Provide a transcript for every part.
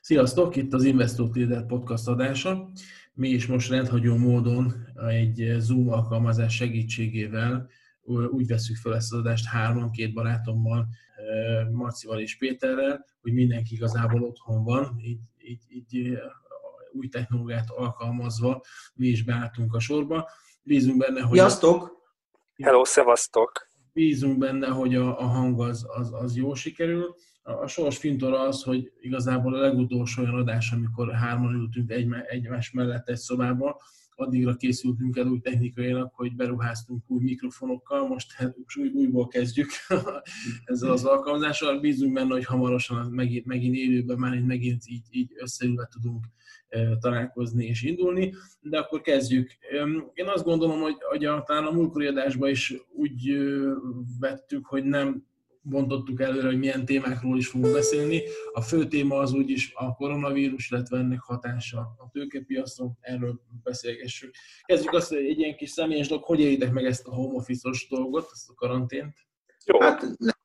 Sziasztok! Itt az Investor Trader Podcast adása. Mi is most rendhagyó módon egy Zoom alkalmazás segítségével úgy veszük fel ezt az adást hárman, két barátommal, Marcival és Péterrel, hogy mindenki igazából otthon van, így új technológiát alkalmazva mi is beálltunk a sorba. Bízunk benne, hogy... Sziasztok! Hello, szevasztok! Bízunk benne, hogy a hang az jól sikerül. A sors fintora az, hogy igazából a legutolsó olyan adás, amikor hárman ültünk egymás mellett egy szobába, addigra készültünk el új technikailag, hogy beruháztunk új mikrofonokkal, most újból kezdjük ezzel az alkalmazással. Bízunk benne, hogy hamarosan megint élőben, megint így összeülve tudunk találkozni és indulni, de akkor kezdjük. Én azt gondolom, hogy talán a múltkori adásban is úgy vettük, hogy nem bontottuk előre, hogy milyen témákról is fogunk beszélni. A fő téma az úgyis a koronavírus, illetve ennek hatása a tőkepiacon, erről beszélgessük. Kezdjük azt, hogy egy ilyen kis személyes dolog, hogy élitek meg ezt a home office-os dolgot, ezt a karantént? Jó. Hát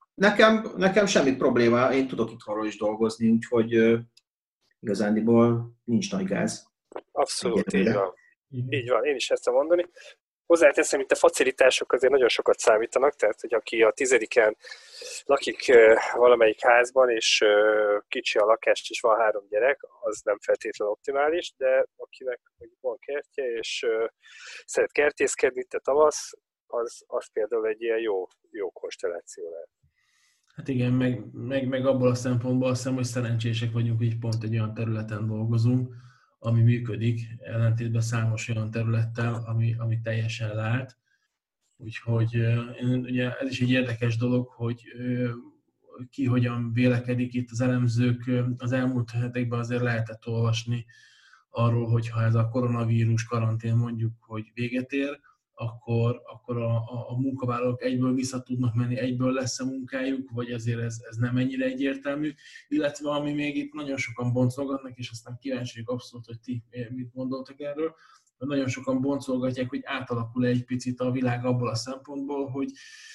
nekem semmi probléma, én tudok itthonról is dolgozni, úgyhogy igazándiból nincs nagy gáz. Abszolút, így van. Így van, én is ezt mondani. Hozzáteszem, itt a facilitások azért nagyon sokat számítanak, tehát hogy aki a 10-en lakik valamelyik házban, és kicsi a lakás, és van 3 gyerek, az nem feltétlenül optimális, de akinek van kertje, és szeret kertészkedni, te tavasz, az például egy ilyen jó konstelláció lehet. Hát igen, meg abból a szempontból azt hiszem, hogy szerencsések vagyunk, hogy pont egy olyan területen dolgozunk, ami működik, ellentétben számos olyan területtel, ami teljesen leállt. Úgyhogy ugye ez is egy érdekes dolog, hogy ki hogyan vélekedik itt az elemzők. Az elmúlt hetekben azért lehetett olvasni arról, hogy ha ez a koronavírus karantén mondjuk, hogy véget ér, akkor a munkavállalók egyből vissza tudnak menni, egyből lesz a munkájuk, vagy azért ez nem ennyire egyértelmű. Illetve ami még itt nagyon sokan boncolgatnak, és aztán kíváncsi vagyok abszolút, hogy ti mit gondoltak erről, nagyon sokan boncolgatják, hogy átalakul egy picit a világ abból a szempontból, hogy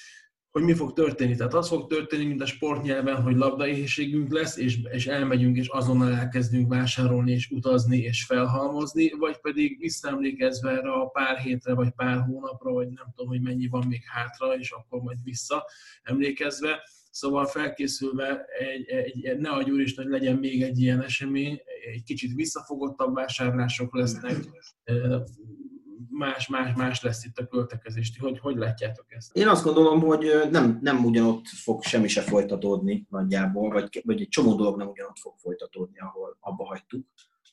mi fog történni. Tehát az fog történni, mint a sportnyelven, hogy labdaéhségünk lesz, és elmegyünk, és azonnal elkezdünk vásárolni, és utazni, és felhalmozni, vagy pedig visszaemlékezve erre a pár hétre, vagy pár hónapra, vagy nem tudom, hogy mennyi van még hátra, és akkor majd vissza emlékezve. Szóval felkészülve, ne adj úristen, hogy legyen még egy ilyen esemény, egy kicsit visszafogottabb vásárlások lesznek, más lesz itt a költekezés. Hogy látjátok ezt? Én azt gondolom, hogy nem ugyanott fog semmi se folytatódni nagyjából, vagy egy csomó dolog nem ugyanott fog folytatódni, ahol abba hagytuk.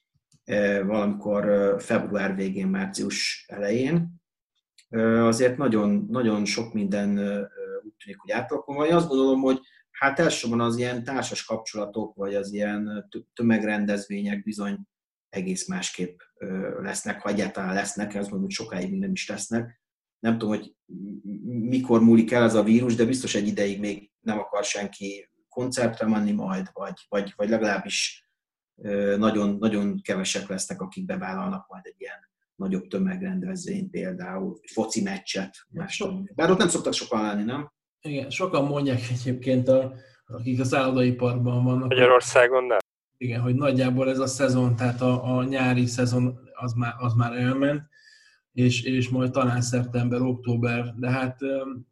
Valamikor február végén, március elején. Azért nagyon, nagyon sok minden úgy tűnik, hogy átalakul. Vagy azt gondolom, hogy hát elsősorban az ilyen társas kapcsolatok, vagy az ilyen tömegrendezvények bizony egész másképp lesznek, ha egyáltalán lesznek, azt mondom, hogy sokáig nem is lesznek. Nem tudom, hogy mikor múlik el ez a vírus, de biztos egy ideig még nem akar senki koncertre menni majd, vagy legalábbis nagyon, nagyon kevesek lesznek, akik bevállalnak majd egy ilyen nagyobb tömegrendezvényt, például foci meccset. Bár ott nem szoktak sokan lenni, nem? Igen, sokan mondják egyébként, akik a szállodaiparban vannak. Magyarországon nem. Igen, hogy nagyjából ez a szezon, tehát a nyári szezon az már elment, és majd talán szeptember, október, de hát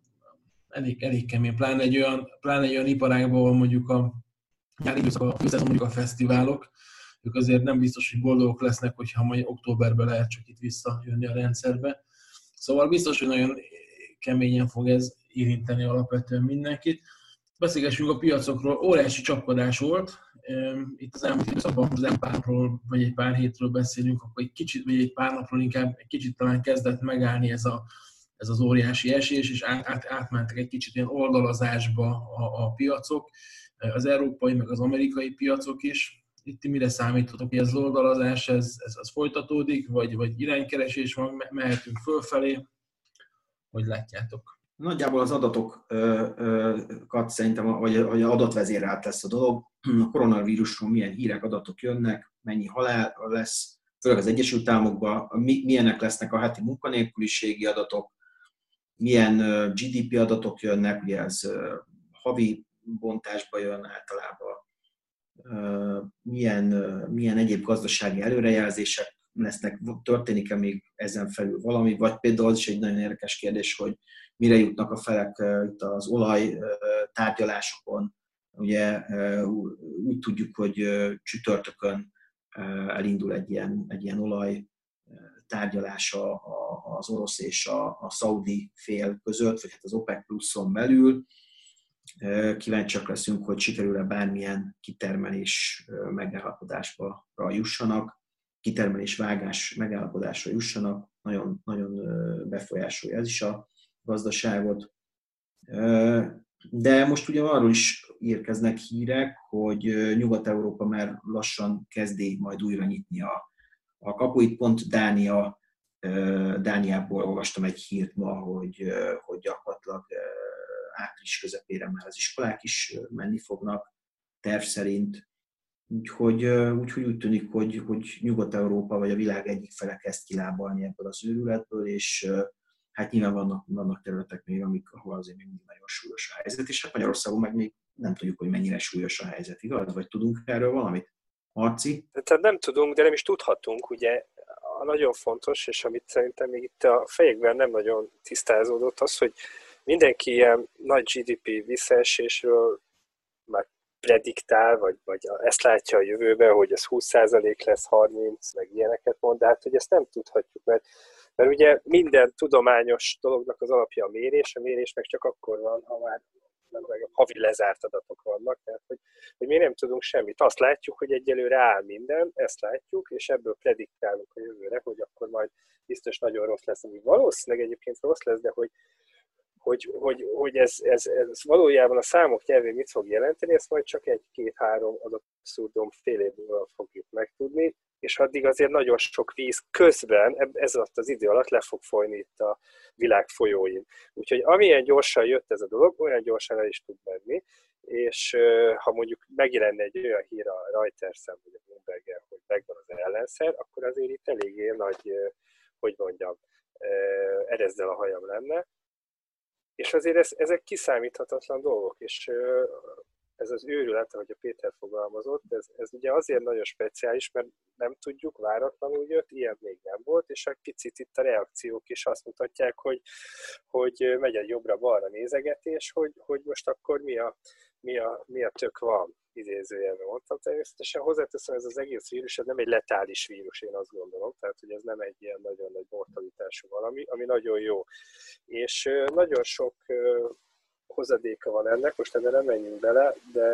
elég kemény, pláne egy olyan iparágban, ahol mondjuk a nyári időszak, a főszezon mondjuk a fesztiválok, ők azért nem biztos, hogy boldogok lesznek, hogyha majd októberben lehet csak itt visszajönni a rendszerbe. Szóval biztos, hogy nagyon keményen fog ez érinteni alapvetően mindenkit. Beszélgessünk a piacokról, óriási csapkodás volt. Itt az elmúlt időszakban az párról, vagy egy pár hétről beszélünk, akkor egy kicsit, vagy egy pár napról inkább egy kicsit talán kezdett megállni ez az óriási esés, és átmentek egy kicsit ilyen oldalazásba a piacok, az európai, meg az amerikai piacok is. Itt mire számíthatok, hogy ez az oldalazás, ez folytatódik, vagy iránykeresés van, mehetünk fölfelé? Hogy látjátok? Nagyjából az adatokat szerintem, vagy adatvezérelt lesz a dolog. A koronavírusról milyen hírek, adatok jönnek, mennyi halál lesz, főleg az Egyesült Államokban, milyenek lesznek a heti munkanélküliségi adatok, milyen GDP adatok jönnek, ugye ez havi bontásba jön általában, milyen egyéb gazdasági előrejelzések lesznek, történik-e még ezen felül valami, vagy például az is egy nagyon érdekes kérdés, hogy mire jutnak a felek itt az olaj tárgyalásokon. Ugye úgy tudjuk, hogy csütörtökön elindul egy ilyen olaj tárgyalása az orosz és a szaudi fél között, vagy hát az OPEC pluszon belül. Kíváncsiak leszünk, hogy sikerül-e bármilyen kitermelés megállapodásra jussanak, kitermelés-vágás megállapodásra jussanak. Nagyon, nagyon befolyásolja ez is a gazdaságot. De most ugye arról is érkeznek hírek, hogy Nyugat-Európa már lassan kezdi majd újra nyitni a kapuit. Pont Dániából olvastam egy hírt ma, hogy gyakorlatilag április közepére már az iskolák is menni fognak terv szerint. Úgyhogy úgy tűnik, hogy Nyugat-Európa vagy a világ egyik fele kezd kilábalni ebből az őrületből, és hát nyilván vannak területek még, ahol azért még nagyon súlyos a helyzet, és hát Magyarországon meg még nem tudjuk, hogy mennyire súlyos a helyzet, igaz? Vagy tudunk erről valamit? Marci? Tehát nem tudunk, de nem is tudhatunk, ugye a nagyon fontos, és amit szerintem még itt a fejekben nem nagyon tisztázódott, az, hogy mindenki ilyen nagy GDP visszaesésről már prediktál, vagy ezt látja a jövőben, hogy ez 20% lesz, 30%, meg ilyeneket mond, de hát hogy ezt nem tudhatjuk, mert ugye minden tudományos dolognak az alapja a mérés meg csak akkor van, ha már havi lezárt adatok vannak, tehát hogy mi nem tudunk semmit. Azt látjuk, hogy egyelőre áll minden, ezt látjuk, és ebből prediktálunk a jövőre, hogy akkor majd biztos nagyon rossz lesz, ami valószínűleg egyébként rossz lesz, de hogy ez valójában a számok nyelvén mit fog jelenteni, ezt majd csak 1-2-3 abszurdum fél év múlva fogjuk megtudni, és addig azért nagyon sok víz közben, ez alatt az idő alatt le fog folyni itt a világ folyóin. Úgyhogy amilyen gyorsan jött ez a dolog, olyan gyorsan el is tud menni, és ha mondjuk megjelenne egy olyan hír a Reuters-en, vagy a Bloomberg-en, hogy megvan az ellenszer, akkor azért itt eléggé nagy, hogy mondjam, erezzel a hajam lenne. És azért ezek kiszámíthatatlan dolgok, és ez az őrület, ahogy a Péter fogalmazott, ez ugye azért nagyon speciális, mert nem tudjuk, váratlanul jött, ilyen még nem volt, és egy picit itt a reakciók is azt mutatják, hogy megy egy jobbra-balra nézegetés, hogy most akkor mi a tök van, idézőjelben mondtam. Természetesen hozzáteszem, ez az egész vírus, ez nem egy letális vírus, én azt gondolom, tehát hogy ez nem egy ilyen nagyon nagy mortalitású valami, ami nagyon jó. És nagyon sok hozadéka van ennek, most ebben nem menjünk bele,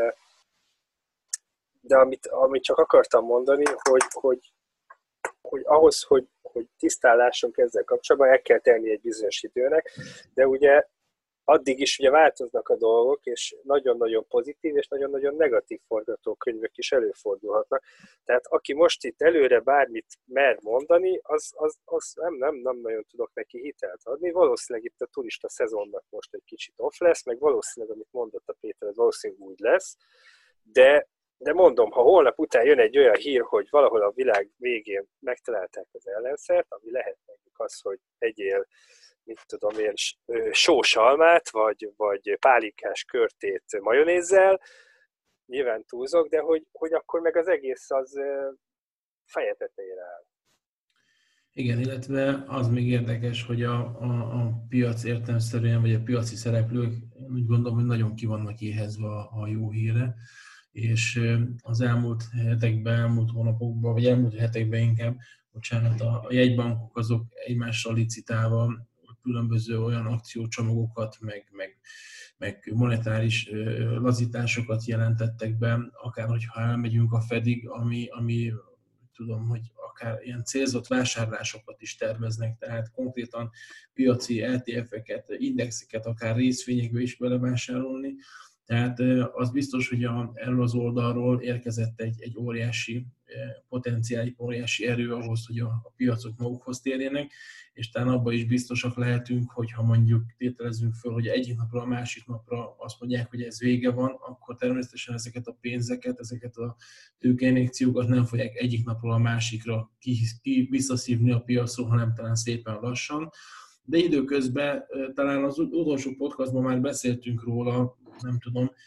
de amit csak akartam mondani, hogy ahhoz, hogy tisztán lássunk ezzel kapcsolatban, el kell tenni egy bizonyos időnek, de ugye addig is ugye változnak a dolgok, és nagyon-nagyon pozitív és nagyon-nagyon negatív forgatókönyvek is előfordulhatnak. Tehát aki most itt előre bármit mer mondani, az nem nagyon tudok neki hitelt adni. Valószínűleg itt a turista szezonnak most egy kicsit off lesz, meg valószínűleg, amit mondott a Péter, ez valószínűleg úgy lesz, de mondom, ha holnap után jön egy olyan hír, hogy valahol a világ végén megtalálták az ellenszert, ami lehet nekik az, hogy egyél, mit tudom én, sós almát, vagy pálinkás körtét majonézzel, nyilván túlzok, de hogy akkor meg az egész az feje tetejére áll. Igen, illetve az még érdekes, hogy a piac értelemszerűen, vagy a piaci szereplők, úgy gondolom, hogy nagyon ki vannak éhezve a jó hírre, és az elmúlt hetekben, elmúlt hónapokban, vagy elmúlt hetekben inkább, bocsánat, a jegybankok azok egymással licitálva különböző olyan akciócsomagokat, meg monetáris lazításokat jelentettek be, akár hogyha elmegyünk a Fedig, ami tudom, hogy akár ilyen célzott vásárlásokat is terveznek, tehát konkrétan piaci ETF-eket, indexeket, akár részvényekbe is belevásárolni. Tehát az biztos, hogy erről az oldalról érkezett egy óriási potenciális, óriási erő ahhoz, hogy a piacok magukhoz térjenek, és talán abban is biztosak lehetünk, hogy ha mondjuk tételezzünk föl, hogy egyik napra a másik napra azt mondják, hogy ez vége van, akkor természetesen ezeket a pénzeket, ezeket a tőkeinjekciókat nem fogják egyik napról a másikra visszaszívni a piacon, hanem talán szépen lassan. De időközben talán az utolsó podcastban már beszéltünk róla, nem tudom,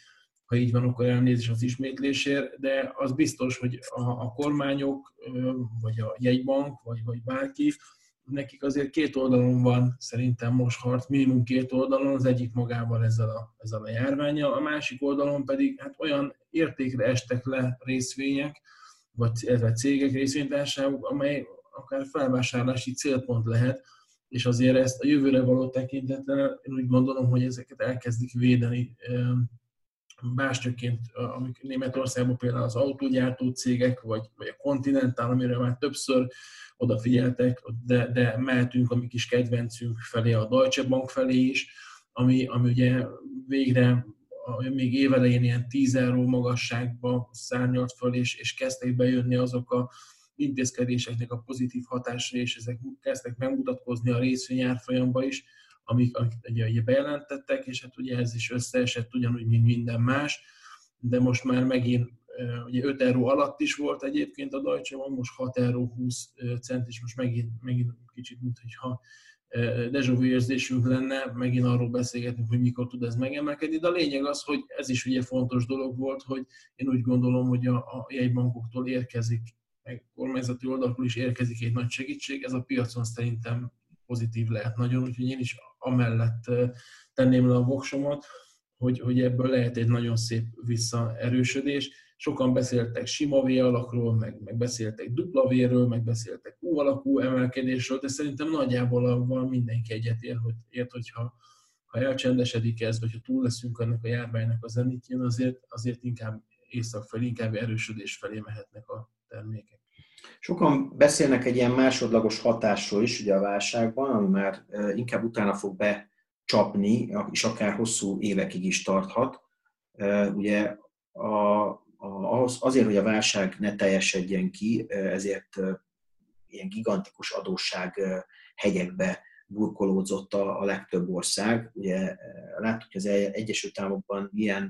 Ha így van, akkor elnézést az ismétlésért, de az biztos, hogy a kormányok, vagy a jegybank, vagy bárki, nekik azért két oldalon van szerintem most harc, minimum két oldalon, az egyik magával ezzel a járvánnyal, a másik oldalon pedig hát olyan értékre estek le részvények, vagy cégek részvénytársaságok, amely akár felvásárlási célpont lehet, és azért ezt a jövőre való tekintettel én úgy gondolom, hogy ezeket elkezdik védeni. Másként, amikor Németországban például az autógyártó cégek, vagy a Continental, amire már többször odafigyeltek, de mehetünk a mi kis kedvencünk felé, a Deutsche Bank felé is, ami ugye végre még évelején ilyen 10 euró magasságba szárnyalt föl, és kezdtek bejönni azok a intézkedéseknek a pozitív hatásai, és ezek kezdtek megmutatkozni a részvényárfolyamban is, amik ugye bejelentettek, és hát ugye ez is összeesett ugyanúgy, mint minden más, de most már megint ugye 5 euró alatt is volt egyébként a Deutsche Bank, most 6 euró 20 cent, és most megint kicsit, mintha déjà vu érzésünk lenne, megint arról beszélgetünk, hogy mikor tud ez megemelkedni, de a lényeg az, hogy ez is ugye fontos dolog volt, hogy én úgy gondolom, hogy a jegybankoktól érkezik, meg kormányzati oldalról is érkezik egy nagy segítség, ez a piacon szerintem pozitív lehet nagyon, úgyhogy én is amellett tenném le a voksomat, hogy ebből lehet egy nagyon szép visszaerősödés. Sokan beszéltek sima V alakról, meg beszéltek dupla V-ről, meg beszéltek U alakú emelkedésről, de szerintem nagyjából abban mindenki egyetért, hogyha elcsendesedik ez, vagy ha túl leszünk annak a járványnak a zenitjén, azért inkább észak felé, inkább erősödés felé mehetnek a termékek. Sokan beszélnek egy ilyen másodlagos hatásról is ugye a válságban, ami már inkább utána fog becsapni, és akár hosszú évekig is tarthat. Ugye azért, hogy a válság ne teljesedjen ki, ezért ilyen gigantikus adósság hegyekbe burkolódzott a legtöbb ország. Ugye láttuk, hogy az Egyesült Államokban ilyen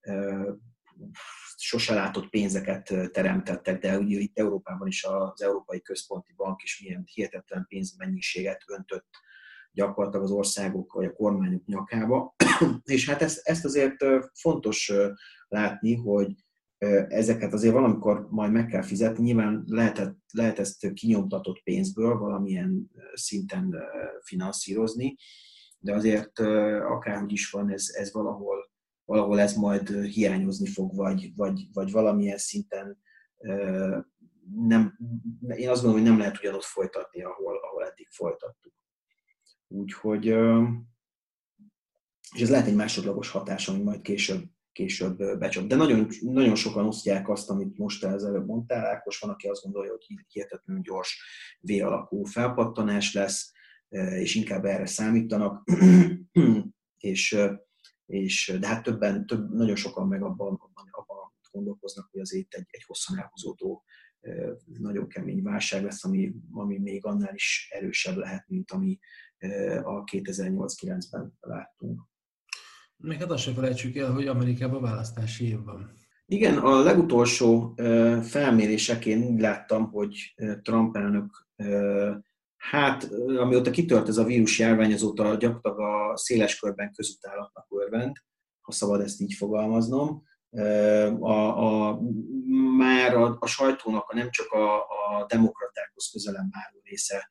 sose látott pénzeket teremtettek, de ugye itt Európában is az Európai Központi Bank is milyen hihetetlen pénzmennyiséget öntött gyakorlatilag az országok vagy a kormányok nyakába. És hát ezt azért fontos látni, hogy ezeket azért valamikor majd meg kell fizetni. Nyilván lehet ezt kinyomtatott pénzből valamilyen szinten finanszírozni, de azért akárhogy is van, ez valahol ez majd hiányozni fog, vagy valamilyen szinten én azt gondolom, hogy nem lehet ugyanott folytatni, ahol eddig folytattuk. Úgyhogy, és ez lehet egy másodlagos hatás, ami majd később becsap. De nagyon, nagyon sokan osztják azt, amit most az előbb mondtál, Ákos, van, aki azt gondolja, hogy hihetetlenül gyors V-alakú felpattanás lesz, és inkább erre számítanak, de hát nagyon sokan meg abban gondolkoznak, hogy azért egy hosszan elhúzódó, nagyon kemény válság lesz, ami még annál is erősebb lehet, mint ami a 2008-9-ben láttunk. Meg hát azt se felejtsük el, hogy Amerikában választási év van. Igen, a legutolsó felméréseken úgy láttam, hogy Trump elnök, amióta kitört ez a vírusjárvány, azóta gyakorlatilag a széles körben közütállapnak örvend, ha szabad ezt így fogalmaznom. Már a sajtónak nem csak a demokratákhoz közelebb álló része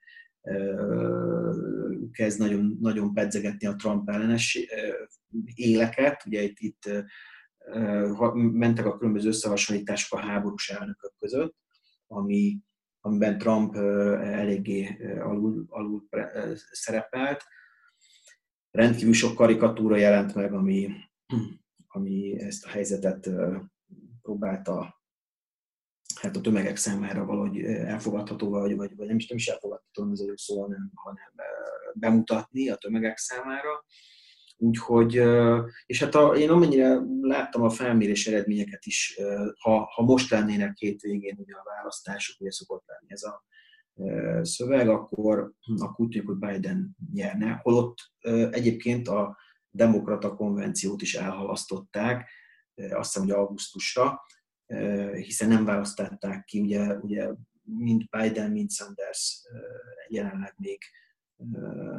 kezd nagyon, nagyon pedzegetni a Trump ellenes éleket. Ugye itt mentek a különböző összehasonlítások a háborús elnökök között, amiben Trump eléggé alul szerepelt. Rendkívül sok karikatúra jelent meg, ami ezt a helyzetet próbálta hát a tömegek számára valahogy elfogadható, vagy nem is elfogadható, ez a jó szó, hanem bemutatni a tömegek számára. Úgyhogy, és hát én amennyire láttam a felmérés eredményeket is, ha most lennének hétvégén ugye a választások, ugye szokott lenni ez a szöveg, akkor úgy tűnik, hogy Biden nyerne. Holott egyébként a demokrata konvenciót is elhalasztották, azt hiszem, hogy augusztusra, hiszen nem választották ki, ugye mind Biden, mind Sanders jelenleg még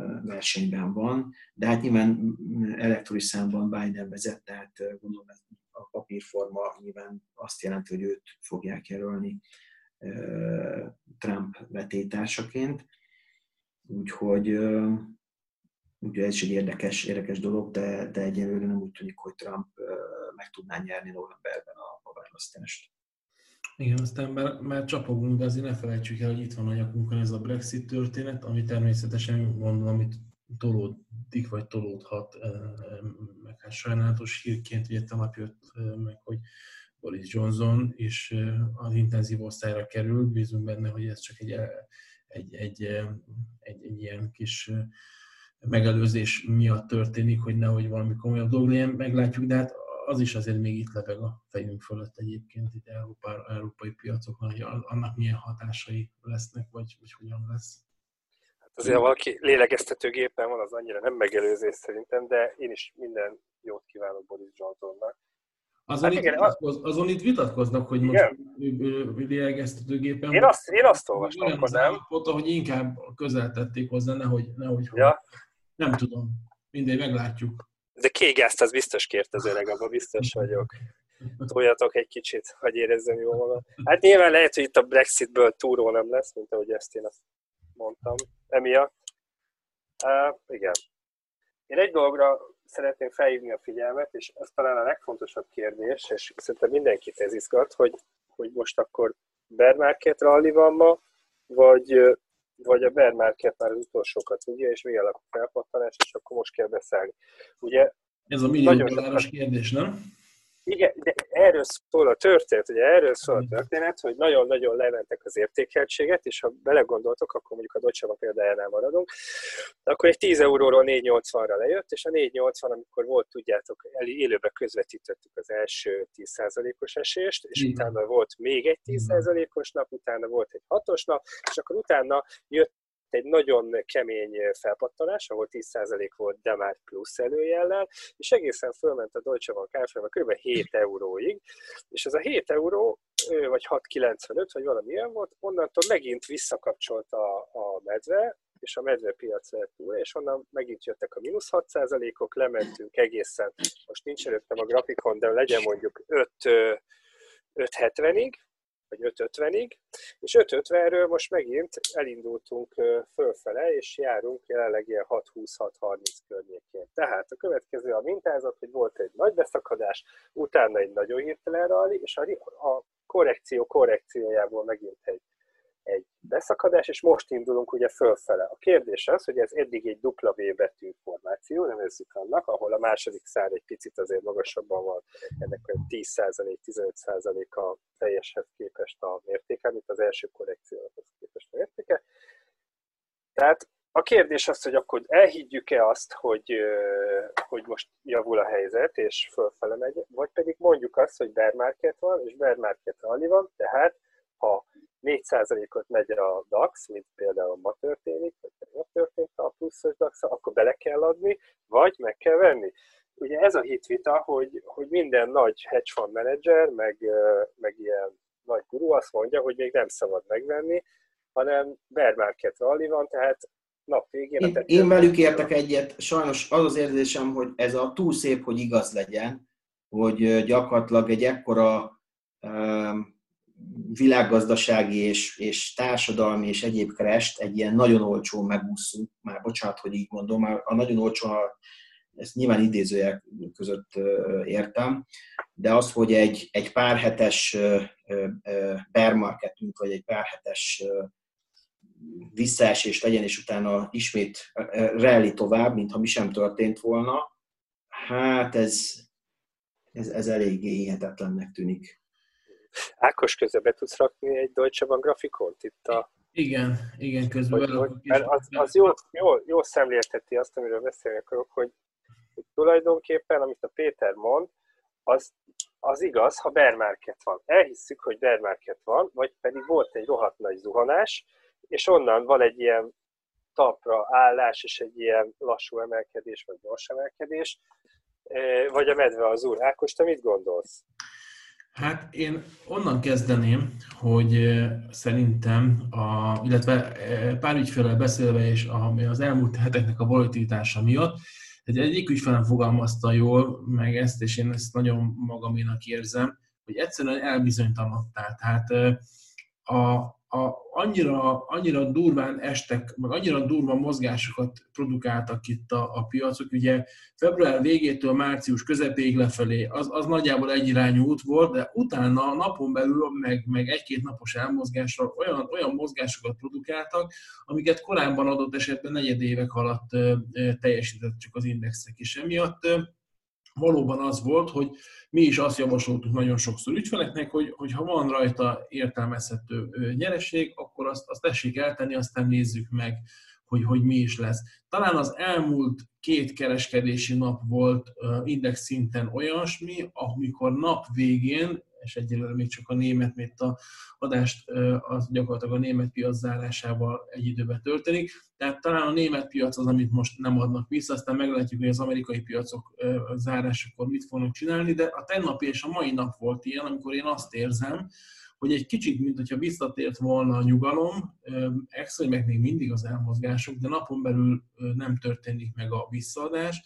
versenyben van, de hát nyilván elektoris számban Biden vezet, tehát gondolom a papírforma nyilván azt jelenti, hogy őt fogják jelölni Trump vetétársaként. Úgyhogy ez is egy érdekes dolog, de egyelőre nem úgy tűnik, hogy Trump meg tudná nyerni novemberben a választást. Igen, aztán már csapogunk, de azért ne felejtsük el, hogy itt van a nyakunkon ez a Brexit történet, ami természetesen gondolom, amit tolódik, vagy tolódhat, meg hát sajnálatos hírként ugye tegnap jött meg, hogy Boris Johnson is az intenzív osztályra kerül, bízunk benne, hogy ez csak egy ilyen kis megelőzés miatt történik, hogy nehogy valami komolyabb dolog legyen, meglátjuk, de hát az is azért még itt lebeg a fejünk fölött egyébként itt európai piacokon, hogy annak milyen hatásai lesznek, vagy hogyan lesz. Hát azért, ha valaki lélegeztetőgépen van, az annyira nem megelőzés szerintem, de én is minden jót kívánok Boris Johnsonnak. Azon itt vitatkoznak, hogy most lélegeztetőgépen... Én azt olvastam, akkor nem. Hogy inkább közeltették hozzá, nehogy ja. Nem tudom. Mindegy, meglátjuk. De kégázt az biztos kért az öreg, abban biztos vagyok. Toljatok egy kicsit, hogy érezzem jól magam. Hát nyilván lehet, hogy itt a Brexitből túró nem lesz, mint ahogy ezt én azt mondtam. Emiatt. Igen. Én egy dologra szeretném felhívni a figyelmet, és ez talán a legfontosabb kérdés, és szerintem mindenkit ez izgat, hogy most akkor bear market rally van ma, vagy a bear market már az utolsókat tudja, és vége a felpattanás, és akkor most kell beszállni. Ugye, ez a millió dolláros kérdés, nem? Igen, de erről szól a történet, hogy nagyon-nagyon lementek az értékeltséget, és ha belegondoltok, akkor mondjuk a Deutsche Bank példájánál maradunk, akkor egy 10 euróról 4,80-ra lejött, és a 4,80, amikor volt, tudjátok, élőben közvetítettük az első 10%-os esést, és utána volt még egy 10%-os nap, utána volt egy 6-os nap, és akkor utána jött egy nagyon kemény felpattanás, ahol 10% volt, de már plusz előjellel, és egészen fölment a Deutsche Bank árfolyama kb. 7 euróig, és ez a 7 euró, vagy 6,95, vagy valami ilyen volt, onnantól megint visszakapcsolt a medve, és a medvepiac lett túl, és onnan megint jöttek a mínusz 6%-ok, lementünk egészen, most nincs előttem a grafikon, de legyen mondjuk 5,70-ig, vagy 5,50-ig, és 5,50-ről most megint elindultunk fölfele, és járunk jelenleg ilyen 6,20-6,30 környékén. Tehát a következő a mintázat, hogy volt egy nagy beszakadás, utána egy nagyon hirtelen rally, és a korrekciójából megint egy beszakadás, és most indulunk ugye fölfele. A kérdés az, hogy ez eddig egy W betű formáció, nevezzük annak, ahol a második szár egy picit azért magasabban van, ennek olyan 10%-15% a teljeshez képest a mértéke, mint az első korrekciónak képest a mértéke. Tehát a kérdés az, hogy akkor elhiggyük-e azt, hogy most javul a helyzet, és fölfele megy, vagy pedig mondjuk azt, hogy bear market van, és bear market rally van, tehát ha 4%-ot megy a DAX, mint például ma történik, vagy nem történt a pluszos DAX, akkor bele kell adni, vagy meg kell venni. Ugye ez a hitvita, hogy minden nagy hedge fund menedzser, meg ilyen nagy guru azt mondja, hogy még nem szabad megvenni, hanem bear market rally van, tehát nap végén... Én velük értek egyet, sajnos az érzésem, hogy ez a túl szép, hogy igaz legyen, hogy gyakorlatilag egy ekkora világgazdasági és társadalmi és egyéb crasht egy ilyen nagyon olcsón megúszunk, már bocsánat, hogy így mondom, már a nagyon olcsón, ezt nyilván idézőjel között értem, de az, hogy egy pár hetes bear marketünk, vagy egy pár hetes visszaesés legyen, és utána ismét rally tovább, mintha mi sem történt volna, hát ez eléggé hihetetlennek tűnik. Ákos, közben be tudsz rakni egy Deutsche Bank grafikont itt a... Igen, közben. Az jól szemlélteti azt, amiről beszélni akarok, hogy tulajdonképpen, amit a Péter mond, az igaz, ha bear market van. Elhisszük, hogy bear market van, vagy pedig volt egy rohadt nagy zuhanás, és onnan van egy ilyen talpra állás, és egy ilyen lassú emelkedés, vagy gyors emelkedés, vagy a medve az úr. Ákos, te mit gondolsz? Hát én onnan kezdeném, hogy szerintem, illetve pár ügyféllel beszélve, és az elmúlt heteknek a volatilitása miatt, Tehát egyik ügyfelem fogalmazta jól meg ezt, és én ezt nagyon magaménak érzem, hogy egyszerűen elbizonytalanodtál. Tehát annyira durván estek, meg annyira durva mozgásokat produkáltak itt a piacok. Ugye február végétől március közepéig lefelé, az nagyjából egyirányú út volt, de utána napon belül, meg egy-két napos elmozgásra olyan mozgásokat produkáltak, amiket korábban adott esetben negyedévek alatt teljesített csak az indexek. És emiatt valóban az volt, hogy mi is azt javasoltuk nagyon sokszor ügyfeleknek, hogy ha van rajta értelmezhető nyereség, akkor azt tessék eltenni, aztán nézzük meg, hogy mi is lesz. Talán az elmúlt 2 kereskedési nap volt index szinten olyasmi, amikor nap végén, és egyelőre még csak a német, mint a adást, az gyakorlatilag a német piac zárásával egy időben történik. Tehát talán a német piac az, amit most nem adnak vissza, aztán meglátjuk, hogy az amerikai piacok zárásakor mit fognak csinálni, de a tegnapi és a mai nap volt ilyen, amikor én azt érzem, hogy egy kicsit, mint hogyha visszatért volna a nyugalom, extra, meg még mindig az elmozgások, de napon belül nem történik meg a visszaadás.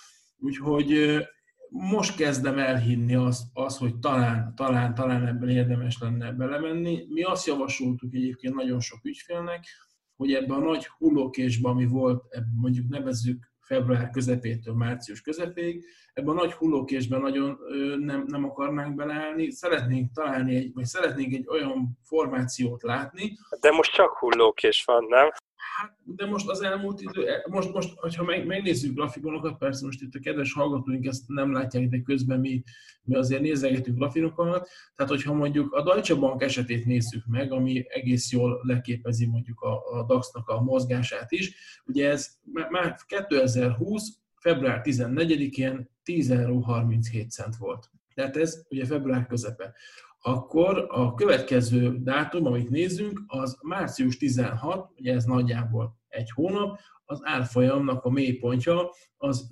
Úgyhogy most kezdem elhinni azt, hogy talán ebben érdemes lenne belemenni. Mi azt javasoltuk egyébként nagyon sok ügyfélnek, hogy ebben a nagy hullókésben, ami volt, mondjuk nevezzük február közepétől március közepéig, ebben a nagy hullókésben nagyon nem akarnánk beleállni. Szeretnénk egy olyan formációt látni. De most csak hullókés van, nem? Hát, de most az elmúlt idő, most hogyha megnézzük grafikonokat, persze most itt a kedves hallgatóink ezt nem látják, de közben mi azért nézegetünk grafikonokat, tehát hogyha mondjuk a Deutsche Bank esetét nézzük meg, ami egész jól leképezi mondjuk a DAX-nak a mozgását is, ugye ez már 2020. február 14-én 10,37 € volt. Tehát ez ugye február közepe. Akkor a következő dátum, amit nézzünk, az március 16, ugye ez nagyjából egy hónap, az árfolyamnak a mélypontja az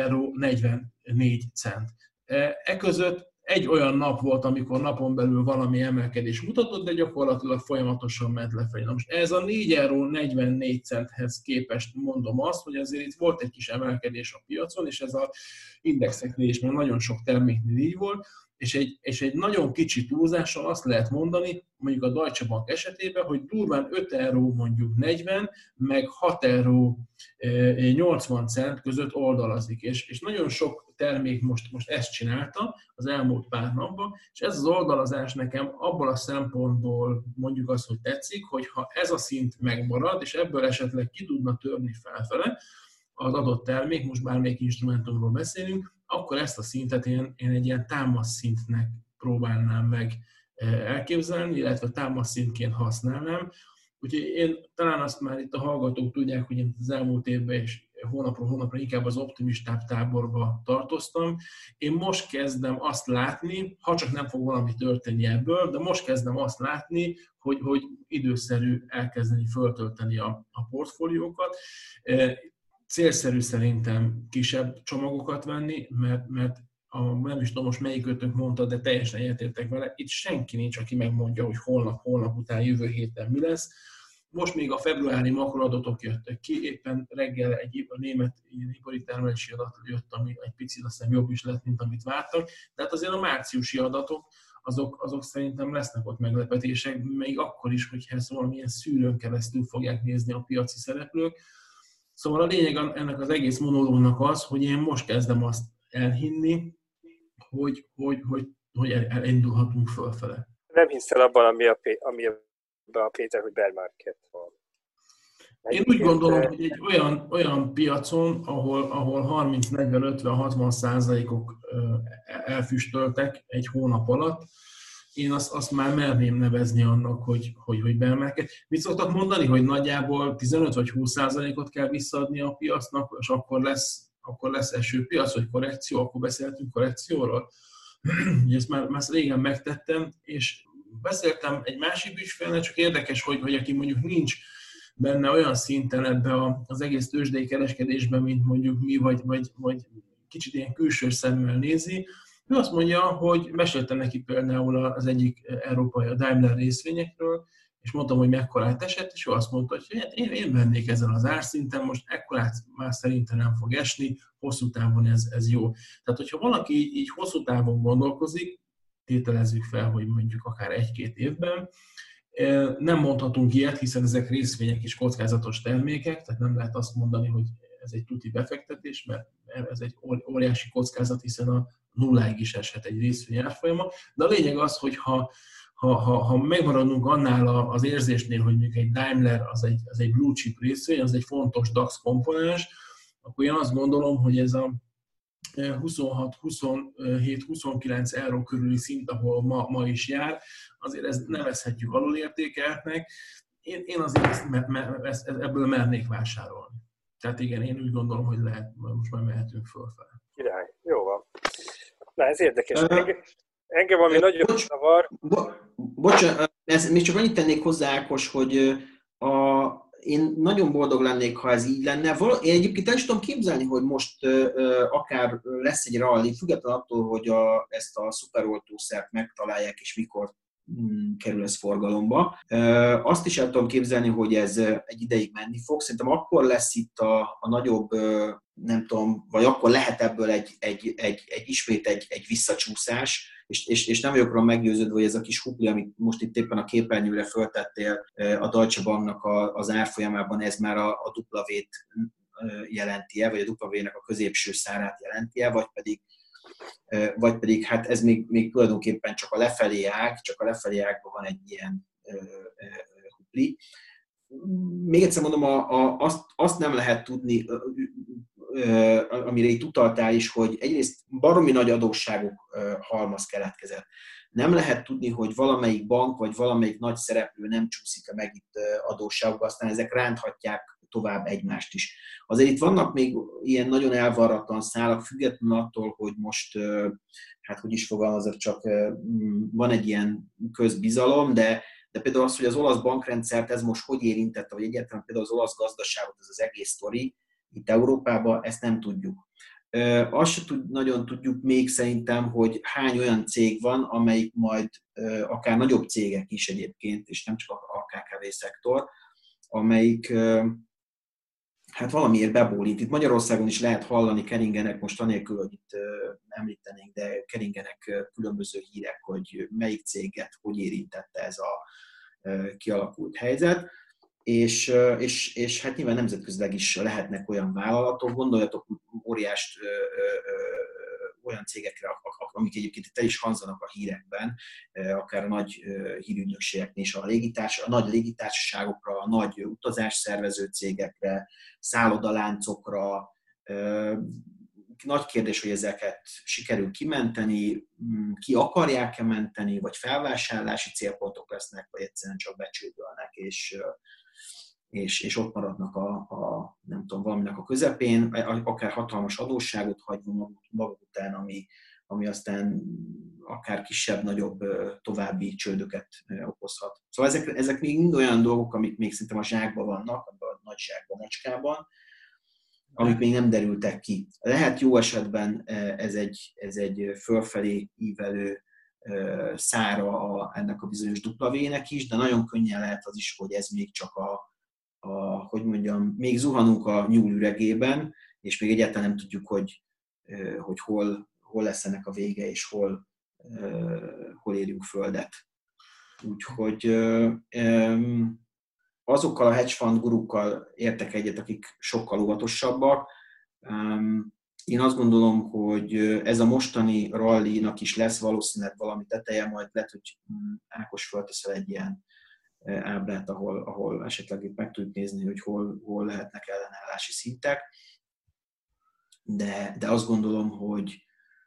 4,44 €. Között egy olyan nap volt, amikor napon belül valami emelkedés mutatott, de gyakorlatilag folyamatosan ment lefelé. Na most ez a 4,44 € képest mondom azt, hogy azért itt volt egy kis emelkedés a piacon, és ez az indexeknél is, mert nagyon sok terméknél így volt, és egy nagyon kicsi túlzással azt lehet mondani, mondjuk a Deutsche Bank esetében, hogy durván 5 € mondjuk 40, meg 6,80 € között oldalazik. És nagyon sok termék most ezt csinálta az elmúlt pár napban, és ez az oldalazás nekem abból a szempontból mondjuk azt, hogy tetszik, hogy ha ez a szint megmarad, és ebből esetleg ki tudna törni felfele az adott termék, most bármelyik instrumentumról beszélünk, akkor ezt a szintet én egy ilyen támaszszintnek próbálnám meg elképzelni, illetve támaszszintként használnám. Úgyhogy én talán azt már itt a hallgatók tudják, hogy én az elmúlt évben és hónapról hónapra inkább az optimistább táborba tartoztam. Én most kezdem azt látni, ha csak nem fog valami történni ebből, de most kezdem azt látni, hogy időszerű elkezdeni föltölteni a portfóliókat. Célszerű szerintem kisebb csomagokat venni, mert nem is tudom most melyikőtök mondta, de teljesen egyetértek vele, itt senki nincs, aki megmondja, hogy holnap után, jövő héten mi lesz. Most még a februári makroadatok jöttek ki, éppen reggel a német ipari termelési adat jött, ami egy picit azt hiszem jobb is lett, mint amit vártak. Tehát azért a márciusi adatok, azok szerintem lesznek ott meglepetések, még akkor is, hogyha ezt valamilyen szűrőn keresztül fogják nézni a piaci szereplők. Szóval a lényeg ennek az egész monológnak az, hogy én most kezdem azt elhinni, hogy elindulhatunk fölfele. Nem hiszel abban, ami a Péter, hogy bear market van. Én úgy gondolom, hogy egy olyan piacon, ahol 30-40-50-60%-ok elfüstöltek egy hónap alatt, én azt már merném nevezni annak, hogy beemelkedj. Mit szoktak mondani, hogy nagyjából 15 vagy 20%-ot kell visszaadni a piacnak, és akkor lesz esőpiac, vagy korrekció, akkor beszéltünk korrekcióról. Ezt már régen megtettem, és beszéltem egy másik ügyfélnek, csak érdekes, hogy aki mondjuk nincs benne olyan szinten ebbe az egész tőzsdei kereskedésben, mint mondjuk mi, vagy kicsit ilyen külső szemmel nézi. Ő azt mondja, hogy meséltem neki például az egyik európai, a Daimler részvényekről, és mondtam, hogy mekkorát esett, és ő azt mondta, hogy hát én vennék ezen az árszinten, most ekkorát már szerintem nem fog esni, hosszú távon ez jó. Tehát, hogyha valaki így hosszú távon gondolkozik, tételezzük fel, hogy mondjuk akár 1-2 évben, nem mondhatunk ilyet, hiszen ezek részvények és kockázatos termékek, tehát nem lehet azt mondani, hogy ez egy tuti befektetés, mert ez egy óriási kockázat, hiszen a nulláig is eshet egy részvény árfolyama. De a lényeg az, hogy ha megmaradunk annál az érzésnél, hogy mondjuk egy Daimler az egy blue chip részvény, az egy fontos DAX komponens, akkor én azt gondolom, hogy ez a 26-27-29 euró körüli szint, ahol ma is jár, azért ezt nevezhetjük alulértékeltnek. Én azért ebből mernék vásárolni. Tehát igen, én úgy gondolom, hogy lehet, most már mehetünk fölfele. Király, jó van. Na, ez érdekes. Engem valami nagyon zavar. Bocsánat, még csak annyit tennék hozzá, Ákos, hogy én nagyon boldog lennék, ha ez így lenne. Én egyébként el is tudom képzelni, hogy most akár lesz egy rally, függetlenül attól, hogy ezt a szuperoltószert megtalálják, és mikor kerül ez forgalomba. Azt is el tudom képzelni, hogy ez egy ideig menni fog. Szerintem akkor lesz itt a nagyobb, nem tudom, vagy akkor lehet ebből ismét egy visszacsúszás, és nem vagyok róla meggyőződve, hogy ez a kis hupli, amit most itt éppen a képernyőre föltettél a Deutsche Banknak az árfolyamában, ez már a W-t jelenti-e, vagy a W-nek a középső szárát jelenti-e, vagy pedig hát ez még tulajdonképpen csak a lefelé ágban van egy ilyen hupli. Még egyszer mondom, azt nem lehet tudni, amire itt utaltál is, hogy egyrészt baromi nagy adósságok halmaz keletkezett. Nem lehet tudni, hogy valamelyik bank vagy valamelyik nagy szereplő nem csúszik meg itt adósságokba, aztán ezek ránthatják tovább egymást is. Azért itt vannak még ilyen nagyon elvarratlan szálak, függetlenül attól, hogy most, hát hogy is fogalmazok, csak van egy ilyen közbizalom, de például az, hogy az olasz bankrendszert ez most hogy érintette, vagy egyáltalán például az olasz gazdaságot, ez az egész sztori itt Európában, ezt nem tudjuk. Azt sem nagyon tudjuk még szerintem, hogy hány olyan cég van, amelyik majd akár nagyobb cégek is egyébként, és nem csak a KKV szektor, amelyik hát valamiért bebólint. Itt Magyarországon is lehet hallani, keringenek, most anélkül, hogy itt említenénk, de keringenek különböző hírek, hogy melyik céget hogy érintette ez a kialakult helyzet. És hát nyilván nemzetközileg is lehetnek olyan vállalatok, gondoljatok óriás olyan cégekre, amik egyébként itt el is hangzanak a hírekben, akár a nagy hírügynökségeknél is, a nagy légitársaságokra, a nagy utazásszervező cégekre, szállodaláncokra. Nagy kérdés, hogy ezeket sikerül kimenteni, ki akarják-e menteni, vagy felvásárlási célpontok lesznek, vagy egyszerűen csak becsődölnek, és ott maradnak nem tudom, valaminek a közepén, akár hatalmas adósságot hagyva maguk után, ami aztán akár kisebb-nagyobb további csődöket okozhat. Szóval ezek még mind olyan dolgok, amik még szerintem a zsákban vannak, a nagy zsákban, macskában, amik még nem derültek ki. Lehet jó esetben ez egy fölfelé ívelő szára ennek a bizonyos W-nek is, de nagyon könnyen lehet az is, hogy ez még csak hogy mondjam, még zuhanunk a nyúl üregében, és még egyáltalán nem tudjuk, hogy hol lesz ennek a vége, és hol érjünk földet. Úgyhogy azokkal a hedge fund gurukkal értek egyet, akik sokkal óvatosabbak. Én azt gondolom, hogy ez a mostani rallynak is lesz valószínűleg valami teteje, majd lehet, hogy Ákos fölteszel egy ilyen ábrát, ahol esetleg itt meg tudjuk nézni, hogy hol lehetnek ellenállási szintek. De azt gondolom, hogy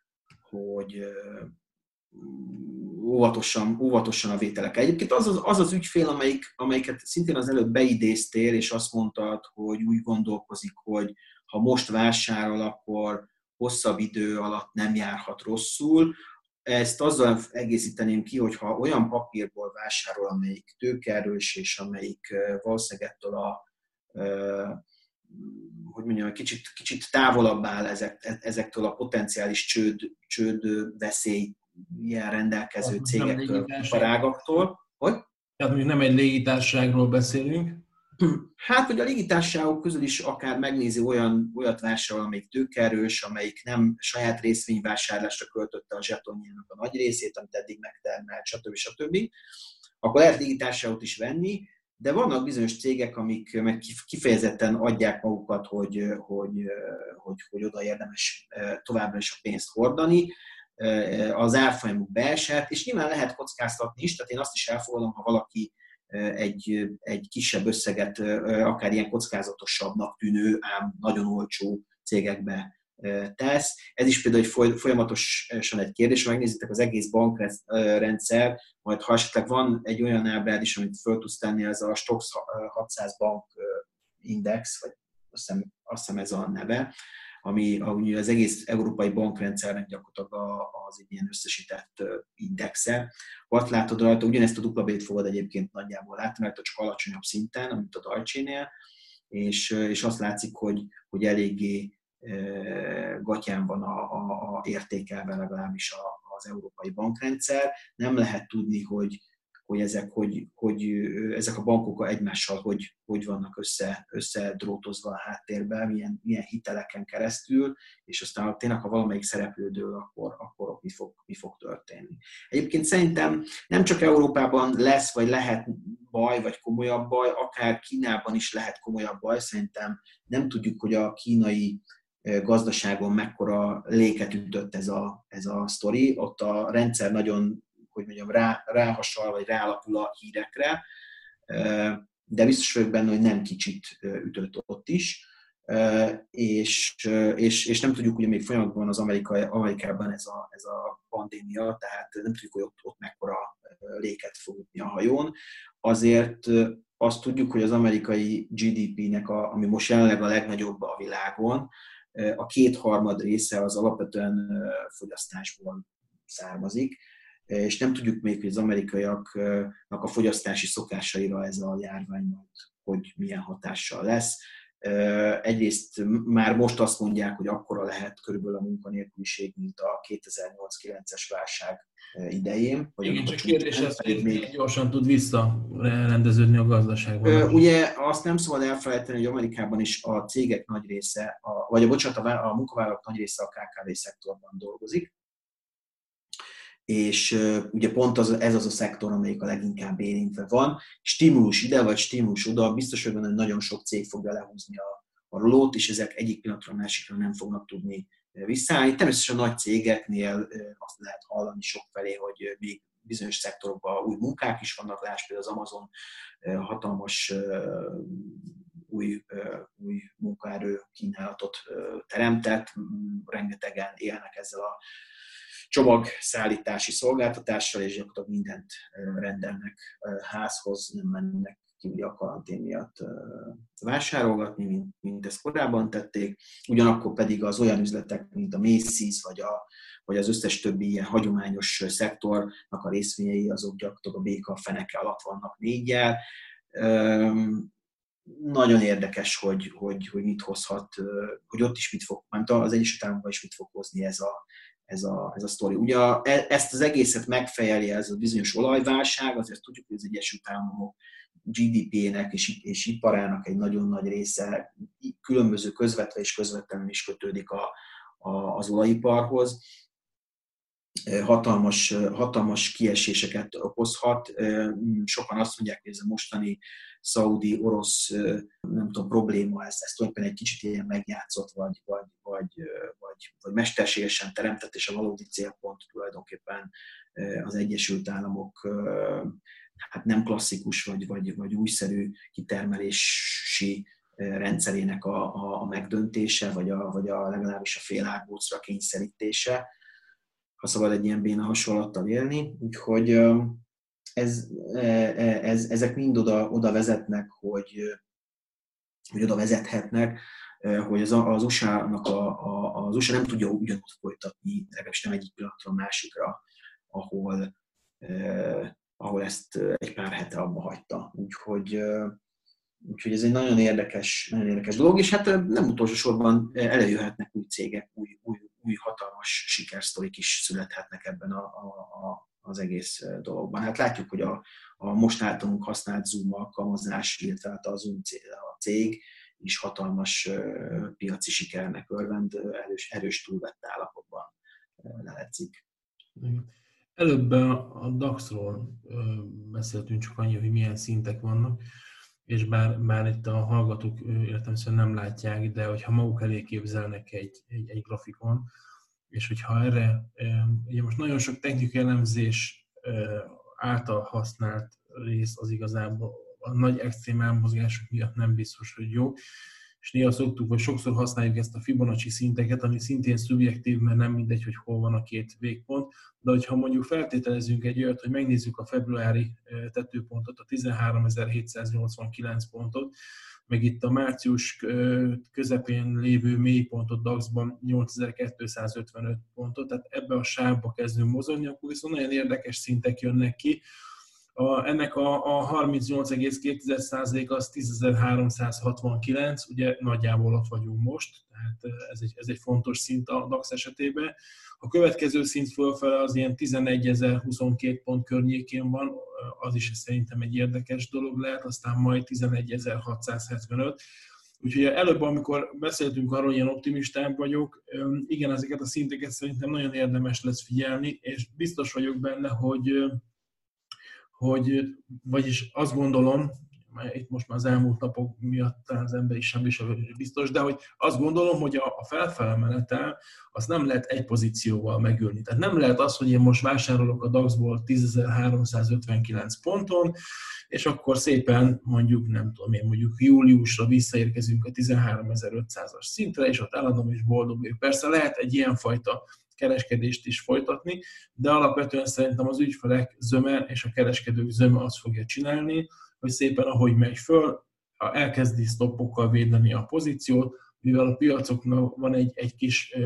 óvatosan a vételek. Egyébként az ügyfél, amelyiket szintén az előbb beidéztél, és azt mondtad, hogy úgy gondolkozik, hogy ha most vásárol, akkor hosszabb idő alatt nem járhat rosszul. Ezt azzal egészíteném ki, hogy ha olyan papírból vásárol, amelyik tőkeerős, és amelyik valószínűleg ettől hogy mondjam, kicsit távolabb áll ezektől a potenciális csőd veszély ilyen rendelkező cégektől, iparágaktól. Hogy? Tehát mondjuk nem egy légitársaságról beszélünk. Hát, hogy a légitársaságok közül is akár megnézi olyat vásárol, amelyik tőkeerős, amelyik nem saját részvényvásárlásra költötte a zsetonjának a nagy részét, amit eddig megtermelt, stb. Akkor lehet légitársaságot is venni, de vannak bizonyos cégek, amik meg kifejezetten adják magukat, hogy oda érdemes továbbra is a pénzt hordani, az árfolyamuk beesett, és nyilván lehet kockáztatni is, tehát én azt is elfogadom, ha valaki egy kisebb összeget, akár ilyen kockázatosabbnak tűnő, ám nagyon olcsó cégekbe tesz. Ez is például egy folyamatosan egy kérdés, ha megnézitek az egész bankrendszer, majd ha esetleg van egy olyan ábrád is, amit föl tudsz tenni, ez a Stoxx 600 bank index, vagy azt hiszem ez a neve, ami az egész európai bankrendszernek gyakorlatilag az egy ilyen összesített indexe. Ott látod rajta, ugyanezt a dupla B-t fogod egyébként nagyjából látni, mert csak alacsonyabb szinten, mint a Deutsche-nél, és azt látszik, hogy eléggé gatyán van a értékelve legalábbis az európai bankrendszer. Nem lehet tudni, hogy ezek a bankok egymással hogy vannak összedrótozva a háttérben, milyen hiteleken keresztül, és aztán tényleg, ha valamelyik szereplő dől, akkor mi fog történni. Egyébként szerintem nem csak Európában lesz, vagy lehet baj, vagy komolyabb baj, akár Kínában is lehet komolyabb baj. Szerintem nem tudjuk, hogy a kínai gazdaságon mekkora léket ütött ez a sztori. Ott a rendszer nagyon, hogy mondjam, ráhasonl, vagy ráalapul a hírekre, de biztos vagyok benne, hogy nem kicsit ütött ott is, és nem tudjuk, hogy még folyamatban az Amerikában ez a pandémia, tehát nem tudjuk, hogy ott mekkora léket fog ütni a hajón. Azért azt tudjuk, hogy az amerikai GDP-nek, ami most jelenleg a legnagyobb a világon, a 2/3 része az alapvetően fogyasztásból származik, és nem tudjuk még, hogy az amerikaiaknak a fogyasztási szokásaira ez a járvány majd, hogy milyen hatással lesz. Egyrészt már most azt mondják, hogy akkora lehet körülbelül a munkanélküliség, mint a 2008-9-es válság idején. Igen, csak kérdés az, hogy még gyorsan tud visszarendeződni a gazdaságban. Ugye azt nem szabad elfelejteni, hogy Amerikában is a cégek nagy része, a munkavállalók nagy része a KKV szektorban dolgozik, és ugye pont ez az a szektor, amelyik a leginkább érintve van. Stimulus ide, vagy stimulus oda, biztos, hogy nagyon sok cég fogja lehúzni a rolót, és ezek egyik pillanatra a másikra nem fognak tudni visszaállni. Természetesen a nagy cégeknél azt lehet hallani sokfelé, hogy még bizonyos szektorokban új munkák is vannak, lásd például az Amazon hatalmas új munkaerő kínálatot teremtett, rengetegen élnek ezzel a csomagszállítási szolgáltatással, és gyakorlatilag mindent rendelnek házhoz, nem mennek ki ugye a karantén miatt vásárolgatni, mint ezt korábban tették. Ugyanakkor pedig az olyan üzletek, mint a Macy's, vagy az összes többi ilyen hagyományos szektornak a részvényei, azok gyakorlatilag a béka feneke alatt vannak 4-jel. Nagyon érdekes, hogy mit hozhat, hogy ott is mit fog, az Egyesült Államokban is mit fog hozni ez a sztori. Ugye ezt az egészet megfejeli ez a bizonyos olajválság, azért tudjuk, hogy az Egyesült Államok GDP-nek és iparának egy nagyon nagy része különböző közvetve és közvetlenül is kötődik az olajiparhoz. Hatalmas kieséseket okozhat. Sokan azt mondják, hogy ez a mostani szaudi-orosz probléma, ez tulajdonképpen egy kicsit ilyen megjátszott, vagy mesterségesen teremtett, és a valódi célpont tulajdonképpen az Egyesült Államok hát nem klasszikus, vagy újszerű kitermelési rendszerének a megdöntése, vagy legalábbis a félárbócra kényszerítése, ha szabad egy ilyen béna hasonlattal élni. Úgyhogy ezek mind oda vezetnek, hogy oda vezethetnek, hogy az USA-nak az USA nem tudja ugyanúgy folytatni, legalábbis nem egyik pillanatra a másikra, ahol ezt egy pár hete abba hagyta. Úgyhogy ez egy nagyon érdekes dolog, és hát nem utolsó sorban előjöhetnek új cégek, új hatalmas sikersztorik is születhetnek ebben az egész dologban. Hát látjuk, hogy a most általunk használt Zoom alkalmazás, illetve hát a Zoom a cég is hatalmas piaci sikernek örvend, erős túlvett állapotban lehetszik. Előbb a DAX-ról beszéltünk, csak annyi, hogy milyen szintek vannak, és bár itt a hallgatók értelemszerűen nem látják, de hogyha maguk elé képzelnek egy grafikon, és hogyha erre, ugye most nagyon sok technikai elemzés által használt rész az igazából a nagy extrém elmozgások miatt nem biztos, hogy jó, és néha szoktuk, hogy sokszor használjuk ezt a Fibonacci szinteket, ami szintén szubjektív, mert nem mindegy, hogy hol van a két végpont, de hogyha mondjuk feltételezünk egy olyat, hogy megnézzük a februári tetőpontot, a 13.789 pontot, meg itt a március közepén lévő mélypontot DAX-ban 8.255 pontot, tehát ebbe a sávba kezdünk mozogni, akkor viszont nagyon érdekes szintek jönnek ki. Ennek a 38,2% az 10.369, ugye nagyjából ott vagyunk most, tehát ez egy fontos szint a DAX esetében. A következő szint fölfele az ilyen 11.022 pont környékén van, az is szerintem egy érdekes dolog lehet, aztán majd 11.675. Úgyhogy előbb, amikor beszéltünk arról, hogy ilyen optimistább vagyok, igen, ezeket a szinteket szerintem nagyon érdemes lesz figyelni, és biztos vagyok benne, vagyis azt gondolom, itt most már az elmúlt napok miatt az ember is sem biztos, de hogy azt gondolom, hogy a felfele menetel, azt nem lehet egy pozícióval megülni. Tehát nem lehet az, hogy én most vásárolok a DAX-ból 10.359 ponton, és akkor szépen mondjuk, nem tudom én, mondjuk júliusra visszaérkezünk a 13.500-as szintre, és ott eladom és boldog vagyok. Persze lehet egy ilyenfajta kereskedést is folytatni, de alapvetően szerintem az ügyfelek zöme és a kereskedők zöme azt fogja csinálni, hogy szépen ahogy megy föl, elkezdi stoppokkal védeni a pozíciót, mivel a piacoknak van egy kis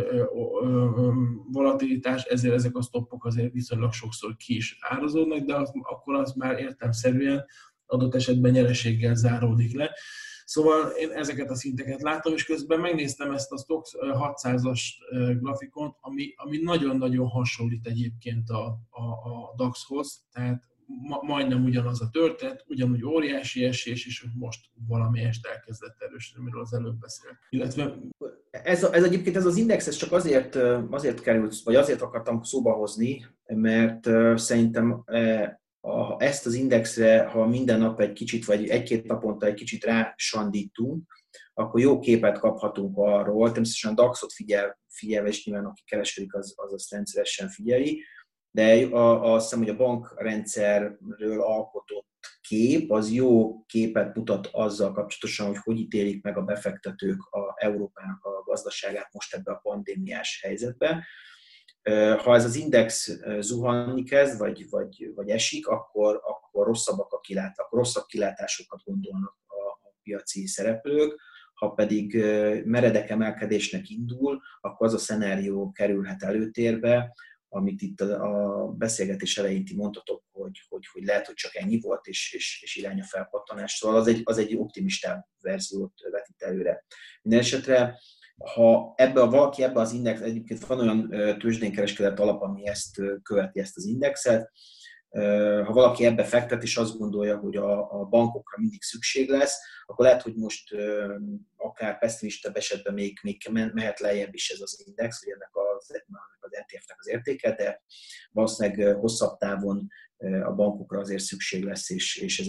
volatilitás, ezért ezek a stoppok azért viszonylag sokszor ki is árazódnak, de akkor az már értelemszerűen adott esetben nyereséggel záródik le. Szóval én ezeket a szinteket látom, és közben megnéztem ezt a Stoxx 600-as grafikont, ami nagyon-nagyon hasonlít egyébként a DAX-hoz, tehát majdnem ugyanaz a történet, ugyanúgy óriási esés, és most valamelyest elkezdett erősödni, amiről az előbb beszélt. Illetve... Ez egyébként ez az index, ez csak azért került, vagy azért akartam szóba hozni, mert szerintem ezt az indexre, ha minden nap egy kicsit, vagy egy-két naponta egy kicsit rásandítunk, akkor jó képet kaphatunk arról. Természetesen a DAX-ot figyelve, és nyilván aki kereskedik, az azt rendszeresen figyeli, de azt hiszem, hogy a bankrendszerről alkotott kép, az jó képet mutat azzal kapcsolatosan, hogy ítélik meg a befektetők Európának a gazdaságát most ebbe a pandémiás helyzetbe. Ha ez az index zuhanni kezd, vagy esik, akkor rosszabb kilátásokat gondolnak a piaci szereplők. Ha pedig meredek emelkedésnek indul, akkor az a szenárió kerülhet előtérbe, amit itt a beszélgetés elején ti mondtatok, hogy lehet, hogy csak ennyi volt, és irány a felpattanás. Szóval az egy optimistább verziót vetít előre. Minden esetre, ha valaki ebbe az index, egyébként van olyan tőzsdén kereskedett alap, ami követi ezt az indexet, ha valaki ebbe fektet, és azt gondolja, hogy a bankokra mindig szükség lesz, akkor lehet, hogy most akár pessimistebb esetben még mehet lejjebb is ez az index, hogy ennek az ETF-nek az értéke, de valószínűleg hosszabb távon a bankokra azért szükség lesz, és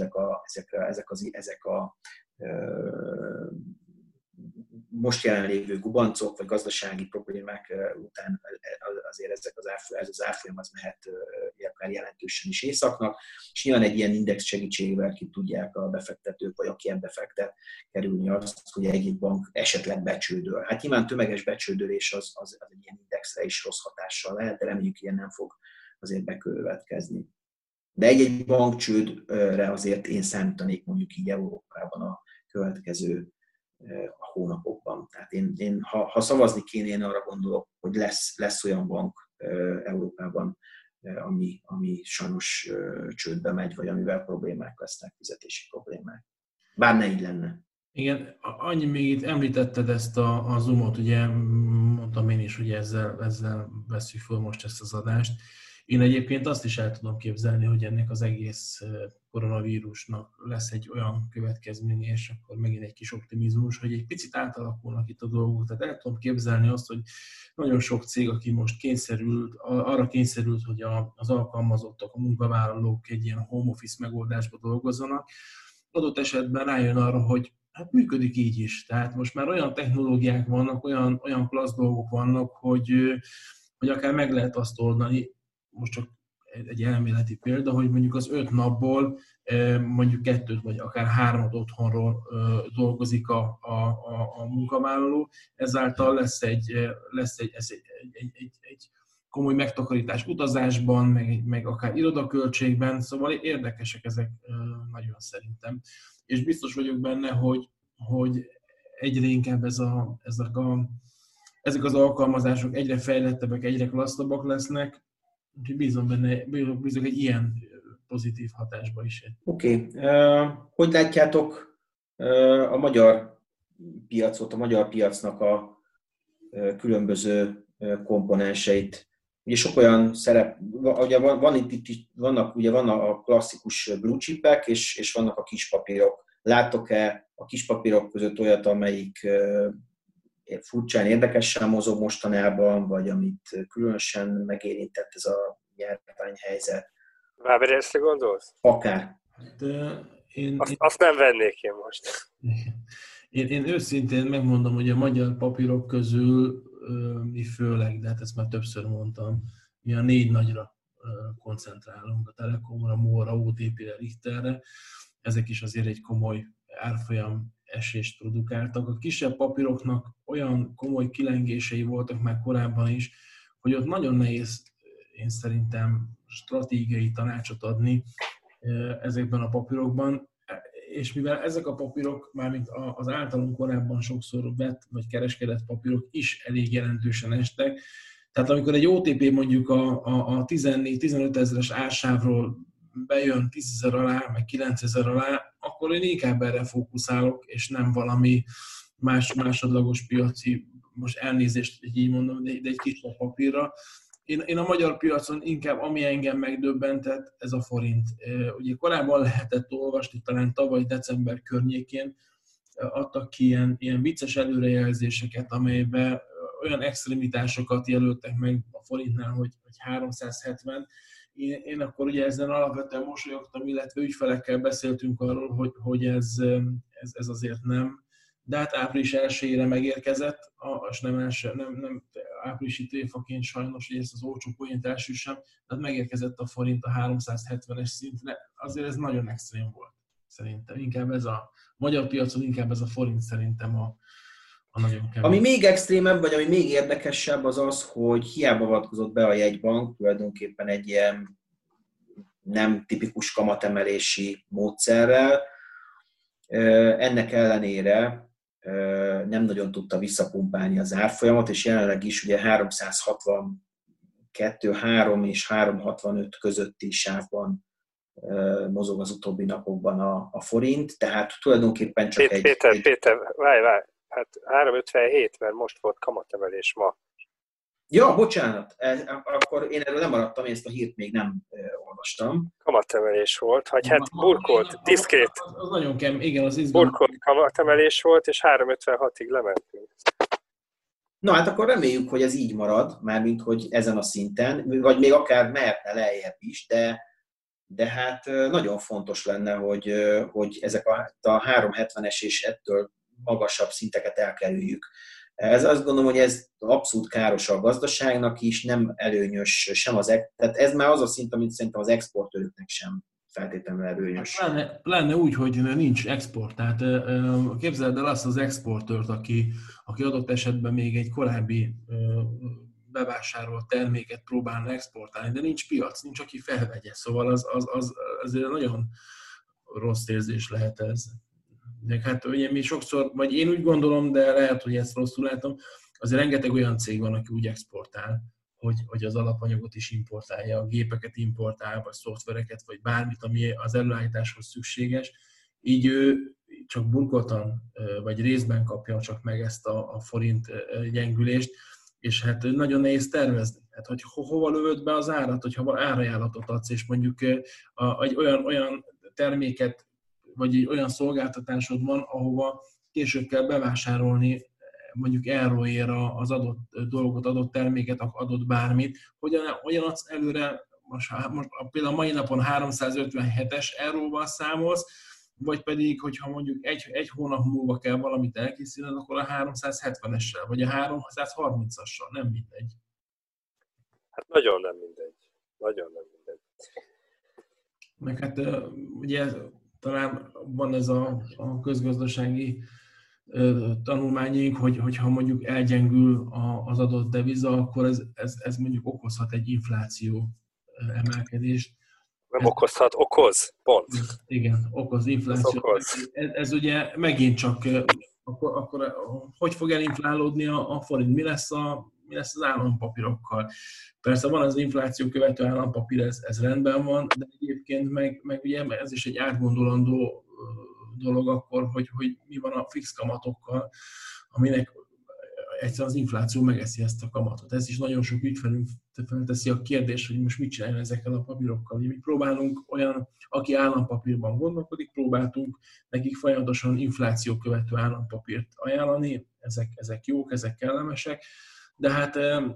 ezek a most jelenlévő gubancok vagy gazdasági problémák után azért ez az árfolyam az mehet akár jelentősen is északnak, és nyilván egy ilyen index segítségével ki tudják a befektetők, vagy aki ebbe fektet, kerülni azt, hogy egy bank esetleg becsődöl. Hát nyilván tömeges becsődölés az egy ilyen indexre is rossz hatással lehet, de reméljük, ilyen nem fog azért bekövetkezni. De egy bankcsődre azért én számítanék mondjuk így Európában a következő hónapokban. Tehát én ha szavazni kéne, én arra gondolok, hogy lesz olyan bank Európában, ami sajnos csődbe megy, vagy amivel problémák lesznek, fizetési problémák. Bár ne így lenne. Igen, annyi még itt említetted ezt a Zoomot, ugye mondtam én is, hogy ezzel veszünk föl most ezt az adást. Én egyébként azt is el tudom képzelni, hogy ennek az egész koronavírusnak lesz egy olyan következménye, és akkor megint egy kis optimizmus, hogy egy picit átalakulnak itt a dolgok. Tehát el tudom képzelni azt, hogy nagyon sok cég, aki most arra kényszerült, hogy az alkalmazottak, a munkavállalók egy ilyen home office megoldásba dolgozzanak, adott esetben rájön arra, hogy hát működik így is. Tehát most már olyan technológiák vannak, olyan klassz dolgok vannak, hogy akár meg lehet azt oldani, most csak egy elméleti példa, hogy mondjuk az 5 napból mondjuk 2 vagy akár 3 otthonról dolgozik a munkavállaló, ezáltal lesz egy komoly megtakarítás utazásban, meg akár irodaköltségben, szóval érdekesek ezek nagyon szerintem. És biztos vagyok benne, hogy egyre inkább ezek az alkalmazások egyre fejlettebbek, egyre klasszabbak lesznek, úgyhogy bízok egy ilyen pozitív hatásba is. Oké. Hogy látjátok a magyar piacot, a magyar piacnak a különböző komponenseit? Ugye sok olyan ugye vannak a klasszikus blue chipek, és vannak a kis papírok. Láttok-e a kis papírok között olyat, amelyik furcsán érdekesen mozog mostanában, vagy amit különösen megérintett ez a járványhelyzet? Wabererre gondolsz? Akár. Azt nem vennék én most. Én őszintén megmondom, hogy a magyar papírok közül mi főleg, de hát ezt már többször mondtam, mi a 4 nagyra koncentrálunk, a Telekomra, MOL-ra, OTP-re, Richterre. Ezek is azért egy komoly árfolyam esést produkáltak. A kisebb papíroknak olyan komoly kilengései voltak már korábban is, hogy ott nagyon nehéz, én szerintem, stratégiai tanácsot adni ezekben a papírokban, és mivel ezek a papírok, mármint az általunk korábban sokszor vett vagy kereskedett papírok is elég jelentősen estek, tehát amikor egy OTP mondjuk a 14-15 ezeres ársávról bejön 10 000 alá, meg 9 000 alá, akkor én inkább erre fókuszálok, és nem valami másodlagos piaci, most elnézést, így mondom, de egy kisebb papírra. Én a magyar piacon inkább, ami engem megdöbbentett, ez a forint. Ugye korábban lehetett olvasni, talán tavaly december környékén adtak ki ilyen vicces előrejelzéseket, amelyben olyan extremitásokat jelöltek meg a forintnál, hogy 370. Én akkor ugye ezen alapvetően mosolyogtam, illetve ügyfelekkel beszéltünk arról, hogy ez azért nem. De hát április 1-ére megérkezett, és nem áprilisi tréfaként sajnos, hogy ezt az olcsó poént elsüssem, tehát megérkezett a forint a 370-es szintre. Azért ez nagyon extrém volt, szerintem. Inkább ez a magyar piacon, inkább ez a forint szerintem a nagyon kemény. Ami még extrémebb, vagy ami még érdekesebb az az, hogy hiába avatkozott be a jegybank, tulajdonképpen egy ilyen nem tipikus kamatemelési módszerrel. Ennek ellenére nem nagyon tudta visszapumpálni az árfolyamat, és jelenleg is ugye 362, és 365 közötti sávban mozog az utóbbi napokban a forint, tehát tulajdonképpen csak Péter, várj, hát 357, mert most volt kamatemelés ma. Ja, bocsánat, akkor én erről nem maradtam, én ezt a hírt még nem olvastam. Kamatemelés volt, vagy hát burkolt, diszkrét. Az nagyon kemény, igen, az izgalmas. Burkolt kamatemelés volt, és 356-ig lementünk. Na hát akkor reméljük, hogy ez így marad, mármint hogy ezen a szinten, vagy még akár mehetne lejjebb is, de hát nagyon fontos lenne, hogy ezek a 370-es és ettől magasabb szinteket elkerüljük. Ez azt gondolom, hogy ez abszolút káros a gazdaságnak is, nem előnyös sem tehát ez már az a szint, amit szerintem az exportőröknek sem feltétlenül előnyös. Pláne úgy, hogy nincs export. Tehát képzeld el azt az exportőrt, aki adott esetben még egy korábbi bevásárolt terméket próbálna exportálni, de nincs piac, nincs aki felvegye. Szóval az nagyon rossz érzés lehet ez. De hát ugye mi sokszor, vagy én úgy gondolom, de lehet, hogy ezt rosszul látom, azért rengeteg olyan cég van, aki úgy exportál, hogy az alapanyagot is importálja, a gépeket importál, vagy szoftvereket, vagy bármit, ami az előállításhoz szükséges. Így ő csak burkoltan, vagy részben kapja csak meg ezt a forint gyengülést. És hát nagyon nehéz tervezni. Hát, hogy hova lövöd be az árat, hogyha árajánlatot adsz, és mondjuk egy olyan terméket, vagy egy olyan szolgáltatásod van, ahova később kell bevásárolni mondjuk euróért az adott dolgot, adott terméket, adott bármit, hogyan adsz előre, most például mai napon 357-es euróval számolsz, vagy pedig, hogyha mondjuk egy hónap múlva kell valamit elkészítened, akkor a 370-essel, vagy a 330-assal, nem mindegy. Hát nagyon nem mindegy. Nagyon nem mindegy. Meg hát ugye talán van ez a közgazdasági tanulmányaink, hogyha mondjuk elgyengül az adott deviza, akkor ez mondjuk okozhat egy infláció emelkedést. Nem okozhat, okoz, pont. Igen, okoz infláció. Okoz. Ez ugye megint csak, akkor hogy fog elinflálódni a forint? Mi lesz az állampapírokkal? Persze van az infláció követő állampapír, ez rendben van, de egyébként meg ugye ez is egy átgondolandó dolog akkor, hogy mi van a fix kamatokkal, aminek egyszerűen az infláció megeszi ezt a kamatot. Ez is nagyon sok ügyfelünk felteszi a kérdést, hogy most mit csináljon ezekkel a papírokkal. Mi próbálunk aki állampapírban gondolkodik, próbáltunk nekik folyamatosan infláció követő állampapírt ajánlani. Ezek jók, ezek kellemesek, de hát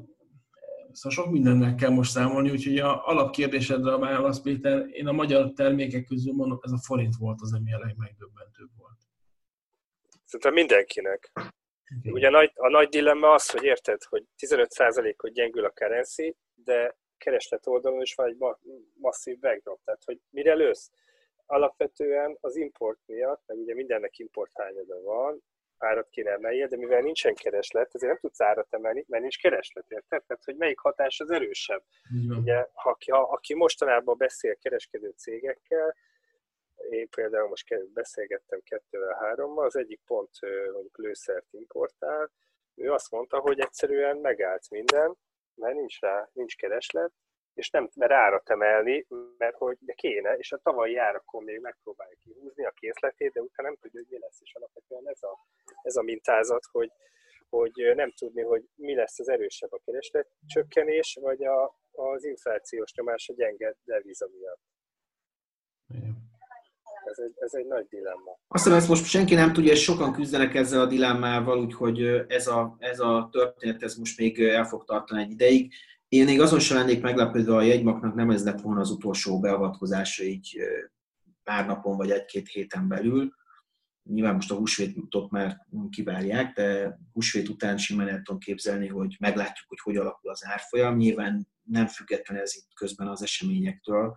szóval sok mindennel kell most számolni, úgyhogy az alapkérdésedre a válasz, Péter, én a magyar termékek közül mondom, ez a forint volt az, ami a legmegdöbbentőbb volt. Szerintem mindenkinek. Ugye a nagy dilemma az, hogy érted, hogy 15%-ot gyengül a currency, de kereslet oldalon is van egy masszív backdrop. Tehát, hogy mire lősz? Alapvetően az import miatt, meg ugye mindennek importhányada van, árat kéne emelje, de mivel nincsen kereslet, ezért nem tudsz árat emelni, mert nincs kereslet, érted? Tehát, hogy melyik hatás az erősebb. Ugye, aki mostanában beszél kereskedő cégekkel, én például most beszélgettem 2-3-mal, az egyik pont mondjuk lőszert importál, ő azt mondta, hogy egyszerűen megállt minden, mert nincs kereslet, és nem mer árat emelni, mert hogy de kéne, és a tavalyi árakon még megpróbálja kihúzni a készletét, de utána nem tudja, hogy mi lesz, és alapvetően ez a mintázat, hogy nem tudni, hogy mi lesz az erősebb, a kereslet csökkenés, vagy az inflációs nyomás a gyenge deviza miatt. Ez egy nagy dilemma. Azt hiszem, ezt most senki nem tudja, és sokan küzdenek ezzel a dilemmával, úgyhogy ez a történet ez most még el fog tartani egy ideig. Én még azon sem lennék meglepődve, a jegybanknak nem ez lett volna az utolsó beavatkozása így pár napon vagy egy-két héten belül. Nyilván most a húsvétot már kivárják, de húsvét után simán el tudom képzelni, hogy meglátjuk, hogy alakul az árfolyam. Nyilván nem független ez itt közben az eseményektől,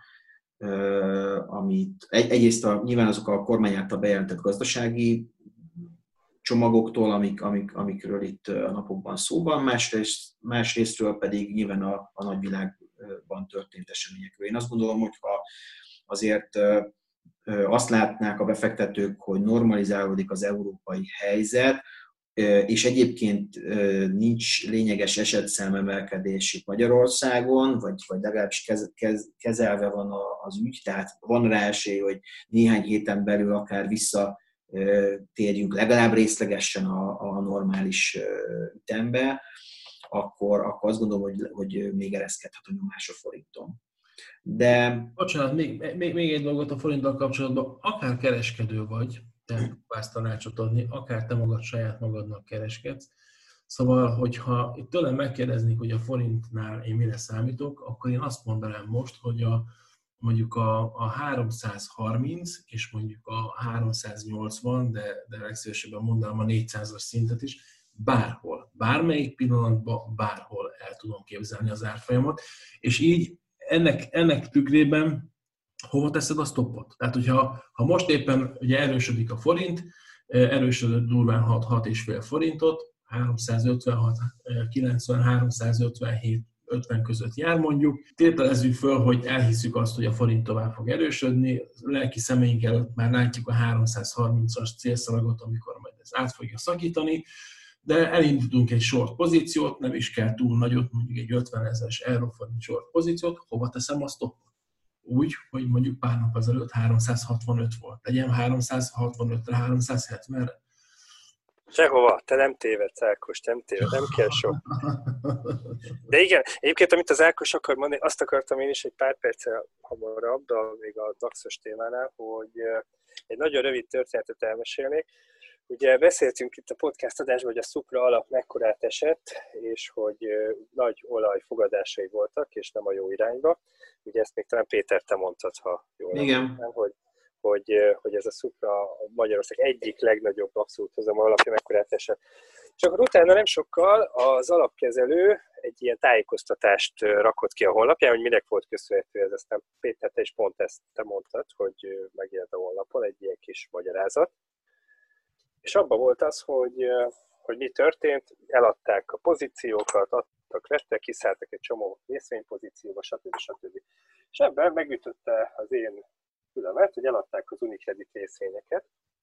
amit egyrészt nyilván azok a kormány által bejelentett gazdasági csomagoktól, amikről itt a napokban szó van, másrésztről pedig nyilván a nagyvilágban történt eseményekről. Én azt gondolom, hogy ha azért azt látnák a befektetők, hogy normalizálódik az európai helyzet, és egyébként nincs lényeges esetszámemelkedés itt Magyarországon, vagy legalábbis kezelve van az ügy, tehát van rá esély, hogy néhány héten belül akár visszatérjünk legalább részlegesen a normális ütembe, akkor azt gondolom, hogy még ereszkedhet a nyomás a forinton. De... Bocsánat, még egy dolgot a forinttal kapcsolatban, akár kereskedő vagy, te próbálsz tanácsot adni, akár te magad saját magadnak kereskedsz. Szóval, hogyha itt tőlem megkérdeznék, hogy a forintnál én mire számítok, akkor én azt mondanám most, hogy mondjuk a 330 és mondjuk a 380, de legszívesebben mondanám a 400-as szintet is, bárhol, bármelyik pillanatban, bárhol el tudom képzelni az árfolyamot, és így ennek tükrében hova teszed a stoppot? Tehát, hogyha most éppen ugye erősödik a forint, erősödött durván 6,5 forintot, 356, 90, 357, 50 között jár mondjuk. Tételezzük föl, hogy elhiszük azt, hogy a forint tovább fog erősödni, lelki szemeink előtt már látjuk a 330-as célszalagot, amikor majd ez át fogja szakítani, de elindítunk egy short pozíciót, nem is kell túl nagyot, mondjuk egy 50 000-es euróforint short pozíciót, hova teszem a stoppot? Úgy, hogy mondjuk pár nap ezelőtt 365 volt, legyen 365-re, 370-re. Sehova, te nem tévedsz, Ákos, nem téved, nem kell sok. De igen, egyébként, amit az Ákos akar mondani, azt akartam én is egy pár perccel hamarabb, de még a DAX-os témánál, hogy egy nagyon rövid történetet elmesélnék. Ugye beszéltünk itt a podcast adásban, hogy a Supra alap mekkorát esett, és hogy nagy olajfogadásai voltak, és nem a jó irányba. Ugye ezt még talán Péter, te mondtad, ha jól emlékszem, hogy ez a Supra Magyarország egyik legnagyobb abszolút hozam alapja mekkorát esett. És akkor utána nem sokkal az alapkezelő egy ilyen tájékoztatást rakott ki a honlapján, hogy minek volt köszönhető ez, aztán Péter, te is pont ezt te mondtad, hogy megjelent a honlapon egy ilyen kis magyarázat. És abban volt az, hogy mi történt, eladták a pozíciókat, vettek, kiszálltak egy csomó részvénypozícióba, stb. És ebben megütötte az én fülemet, hogy eladták az Unicredit részvényeket,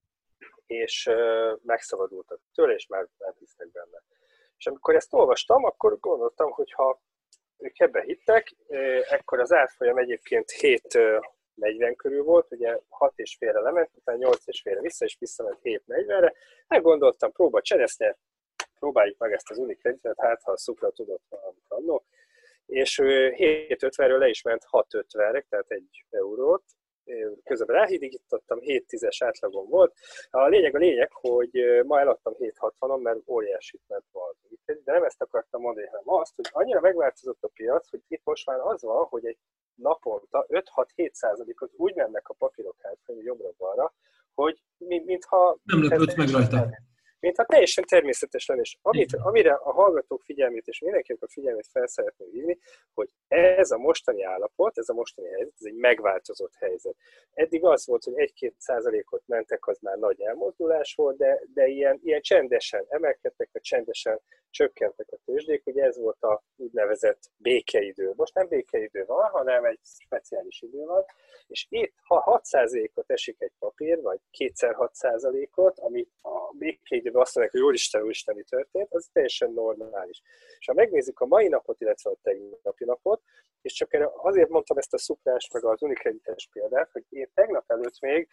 és megszabadultak tőle, és már hisznek benne. És amikor ezt olvastam, akkor gondoltam, hogy ha ők ebben hittek, ekkor az árfolyam egyébként 7,40 körül volt, ugye 6,5-re lement, utána 8,5-re vissza, és visszament 7,40-re. Hát gondoltam, próbáljuk meg ezt az Unicreditet, hát ha a Supra tudott valamit annó. És 7,50-ről le is ment 6,50-re, tehát 1 eurót. Közben ráhídítottam, 7,10-es átlagon volt. A lényeg, hogy ma eladtam 7,60-on, mert óriásit ment volt. De nem ezt akartam mondani, hanem azt, hogy annyira megváltozott a piac, hogy itt most már az van, hogy egy naponta 5-6-7%-ot úgy mennek a papírok hátfelé jobbra-balra, hogy mintha... Nem lepődsz meg rajta. Mintha teljesen természetes lenne, és amire a hallgatók figyelmét és mindenkinek a figyelmét fel szeretném hívni, hogy ez a mostani állapot, ez a mostani helyzet, ez egy megváltozott helyzet. Eddig az volt, hogy 1-2%-ot mentek, az már nagy elmozdulás volt, de ilyen csendesen emelkedtek, vagy csendesen csökkentek a tőzsdék, ugye ez volt a úgynevezett békeidő. Most nem békeidő van, hanem egy speciális idő van, és itt, ha 6%-ot esik egy papír, vagy 2x6%-ot, amit a békeidőben azt mondják, hogy úristen, mi történt, az teljesen normális. És ha megnézzük a mai napot, illetve a tegnapi napot, és csak azért mondtam ezt a Suprás meg az Unicredites példát, hogy én tegnap előtt még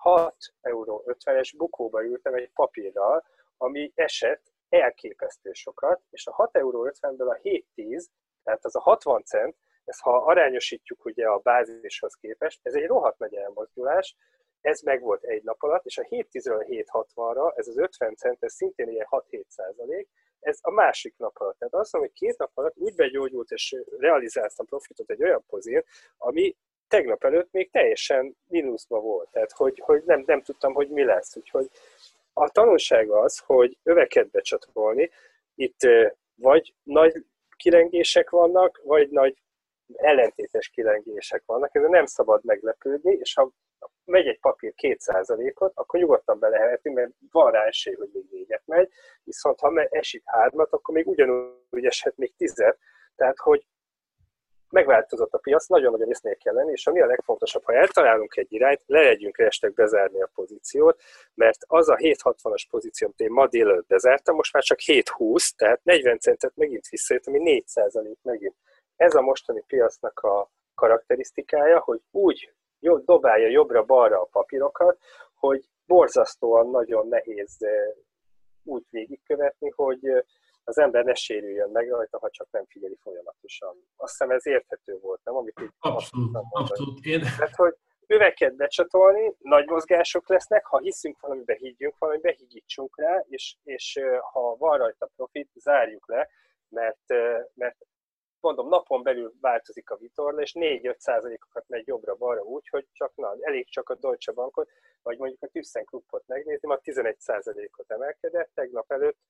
6,50 € bukóba ültem egy papírral, ami esett elképesztő sokat, és a 6,50 € a 7,10, tehát az a 60 cent, ezt ha arányosítjuk ugye a bázishoz képest, ez egy rohadt nagy elmozdulás, ez meg volt egy nap alatt, és a 7,10-ről 7,60-ra, ez az 50 cent, ez szintén ilyen 6-7%, ez a másik nap alatt. Tehát azt mondom, hogy 2 nap alatt úgy begyógyult, és realizáltam profitot egy olyan pozín, ami tegnap előtt még teljesen mínuszban volt. Tehát, hogy nem tudtam, hogy mi lesz. Úgyhogy a tanulság az, hogy öveket becsatolni, itt vagy nagy kilengések vannak, vagy nagy ellentétes kilengések vannak. Ezzel nem szabad meglepődni, és ha megy egy papír 2%-ot, akkor nyugodtan belehetünk, mert van rá esély, hogy még 4-et megy, viszont ha esik 3-at, akkor még ugyanúgy eshet még 10-et, tehát hogy megváltozott a piac, nagyon-nagyon észnél kell lenni, és ami a legfontosabb, ha eltalálunk egy irányt, le legyünk restek bezárni a pozíciót, mert az a 7,60-as pozíció, amit én ma délelőtt bezártam, most már csak 7,20, tehát 40 centet megint visszajött, ami 4% megint. Ez a mostani piacnak a karakterisztikája, hogy úgy dobálja jobbra-balra a papírokat, hogy borzasztóan nagyon nehéz úgy végigkövetni, hogy az ember ne sérüljön meg rajta, ha csak nem figyeli folyamatosan. Azt hiszem ez érthető volt, nem? Amit így abszolút. Tehát, hogy öveket becsatolni, nagy mozgások lesznek, ha hiszünk valamiben, higgyünk valamiben, higítsunk rá, és ha van rajta profit, zárjuk le, mert mondom, napon belül változik a vitorla, és 4-5%-okat megy jobbra-balra úgy, hogy elég csak a Deutsche Bankot, vagy mondjuk a ThyssenKruppot megnézni, ma 11%-ot emelkedett, tegnap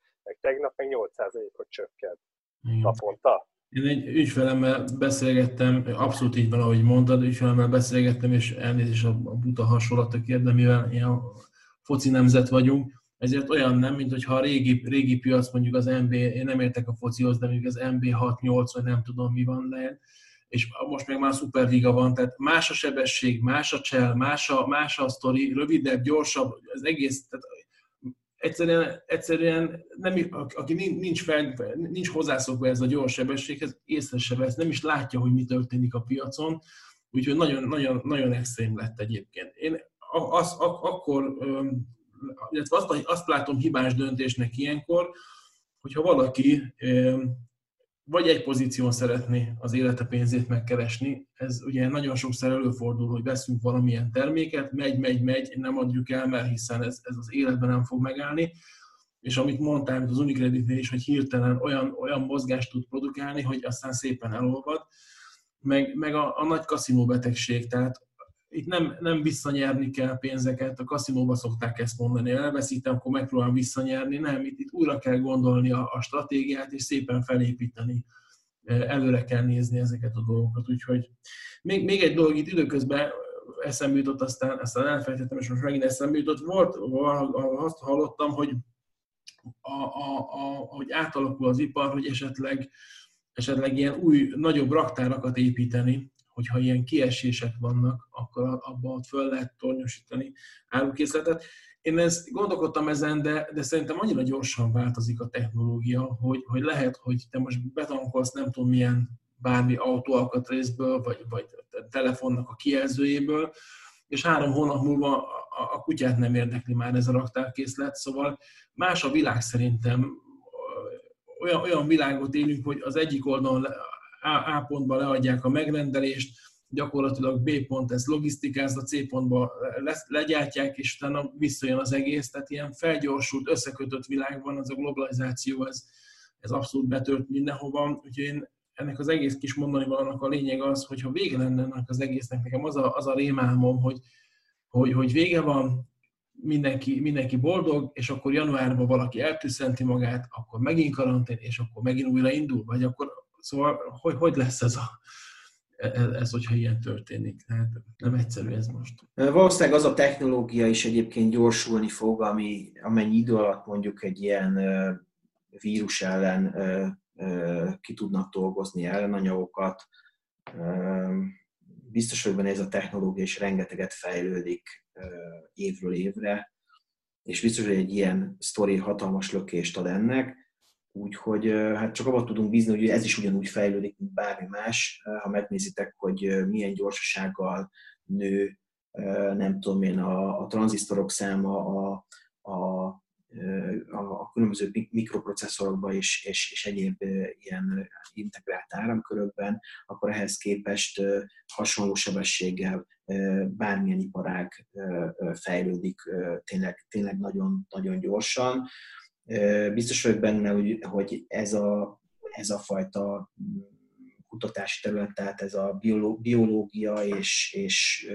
8%-ot csökkent naponta. Én egy ügyfelemmel beszélgettem, abszolút így van, ahogy mondtad, ügyfelemmel beszélgettem, és elnézést a buta hasonlatokért, de mivel ilyen foci nemzet vagyunk, ezért olyan nem, mint hogyha a régi piac, mondjuk az NB, én nem értek a focihoz, de mondjuk az NB 6-8, vagy nem tudom mi van lehet, és most még már a Superliga van, tehát más a sebesség, más a csel, más a sztori, rövidebb, gyorsabb, az egész, tehát egyszerűen nem, aki nincs hozzászokva ez a gyors sebességhez, észre se vesz, nem is látja, hogy mi történik a piacon, úgyhogy nagyon, nagyon, nagyon extrém lett egyébként. Én akkor illetve azt látom hibás döntésnek ilyenkor, hogyha valaki vagy egy pozíción szeretné az élete pénzét megkeresni, ez ugye nagyon sokszor előfordul, hogy veszünk valamilyen terméket, megy, nem adjuk el, mert hiszen ez az életben nem fog megállni, és amit mondtál, mint az Unicreditnél is, hogy hirtelen olyan mozgást tud produkálni, hogy aztán szépen elolvad, meg a nagy kaszinó betegség, tehát itt nem visszanyerni kell pénzeket, a kaszinóban szokták ezt mondani, elveszítem, akkor megpróbálom visszanyerni, nem, itt újra kell gondolni a stratégiát, és szépen felépíteni, előre kell nézni ezeket a dolgokat, úgyhogy még egy dolog itt időközben eszembe jutott, aztán elfelejtettem, és most megint eszembe jutott, azt hallottam, hogy ahogy átalakul az ipar, hogy esetleg ilyen új, nagyobb raktárakat építeni, hogyha ilyen kiesések vannak, akkor abban föl lehet tornyosítani árukészletet. Én ezt gondolkodtam ezen, de szerintem annyira gyorsan változik a technológia, hogy lehet, hogy te most betankolsz nem tudom milyen bármi autóalkatrészből, vagy telefonnak a kijelzőjéből, és 3 hónap múlva a kutyát nem érdekli már ez a raktárkészlet, szóval más a világ szerintem. Olyan világot élünk, hogy az egyik oldalon A pontba leadják a megrendelést, gyakorlatilag B pont ezt logisztikázza, C pontba legyártják, és utána visszajön az egész. Tehát ilyen felgyorsult, összekötött világban az a globalizáció, ez abszolút betört mindenhova. Úgyhogy én ennek az egész kis mondani valónak a lényeg az, hogyha vége lenne ennek az egésznek, nekem az a rémálmom, hogy vége van, mindenki boldog, és akkor januárban valaki eltűszenti magát, akkor megint karantén, és akkor megint újra indul, vagy akkor, szóval hogy lesz ez, hogyha ilyen történik? Tehát nem egyszerű ez most. Valószínűleg az a technológia is egyébként gyorsulni fog, amennyi idő alatt mondjuk egy ilyen vírus ellen ki tudnak dolgozni ellenanyagokat. Biztos vagyok benne, ez a technológia is rengeteget fejlődik évről évre, és biztos, hogy egy ilyen sztori hatalmas lökést ad ennek, úgyhogy hát csak abban tudunk bízni, hogy ez is ugyanúgy fejlődik, mint bármi más. Ha megnézitek, hogy milyen gyorsasággal nő, nem tudom én, a tranzisztorok száma, a különböző mikroprocesszorokban és egyéb ilyen integrált áramkörökben, akkor ehhez képest hasonló sebességgel bármilyen iparág fejlődik tényleg nagyon, nagyon gyorsan. Biztos vagyok benne, hogy ez a fajta kutatási terület, tehát ez a biológia és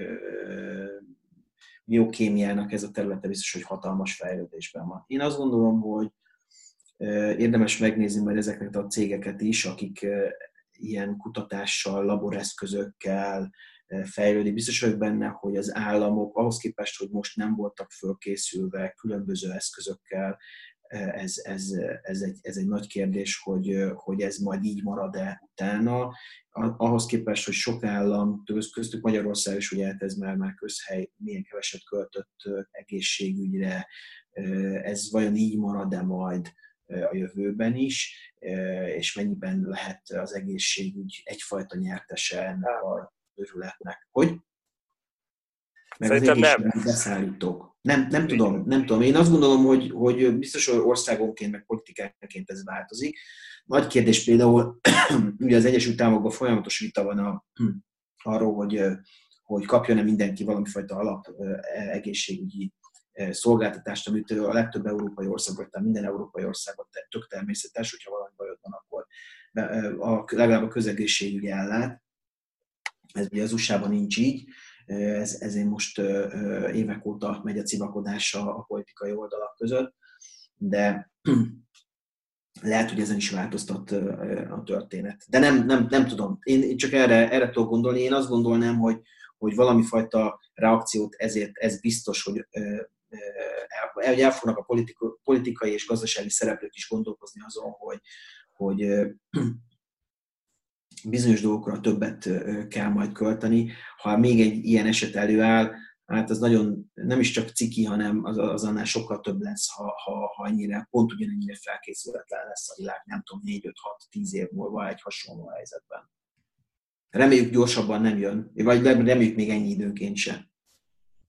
biokémiának ez a területe biztos, hogy hatalmas fejlődésben van. Én azt gondolom, hogy érdemes megnézni majd ezeket a cégeket is, akik ilyen kutatással, laboreszközökkel fejlődik. Biztos vagyok benne, hogy az államok ahhoz képest, hogy most nem voltak fölkészülve különböző eszközökkel, ez egy nagy kérdés, hogy ez majd így marad-e utána. Ahhoz képest, hogy sok állam, köztük Magyarország is, ugye ez már közhely, milyen keveset költött egészségügyre, ez vajon így marad-e majd a jövőben is, és mennyiben lehet az egészségügy egyfajta nyertese ennek a területnek. Hogy? Meg szerintem az egészségügyi beszállítók. Nem tudom. Én azt gondolom, hogy biztos, hogy országonként, meg politikánként ez változik. Nagy kérdés például, ugye az Egyesült Államokban folyamatos vita van arról, hogy kapjon-e mindenki valamifajta alap egészségügyi szolgáltatást, amit a legtöbb európai országban, tehát minden európai országban tök természetes, hogyha valami bajod van, akkor legalább a közegészségügy ellát. Ez ugye az USA-ban nincs így. Ezért most évek óta megy a civakodása a politikai oldalak között, de lehet, hogy ezen is változtat a történet. De nem tudom. Én csak erre tudok gondolni. Én azt gondolnám, hogy valami fajta reakciót ez biztos, hogy el fognak a politikai és gazdasági szereplők is gondolkozni azon, hogy bizonyos dolgokra többet kell majd költeni. Ha még egy ilyen eset előáll, hát az nagyon nem is csak ciki, hanem az annál sokkal több lesz, ha ennyire, pont ugyanennyire felkészületlen lesz a világ, nem tudom, 4-5-6-10 év múlva egy hasonló helyzetben. Reméljük gyorsabban nem jön, vagy reméljük még ennyi időnként sem.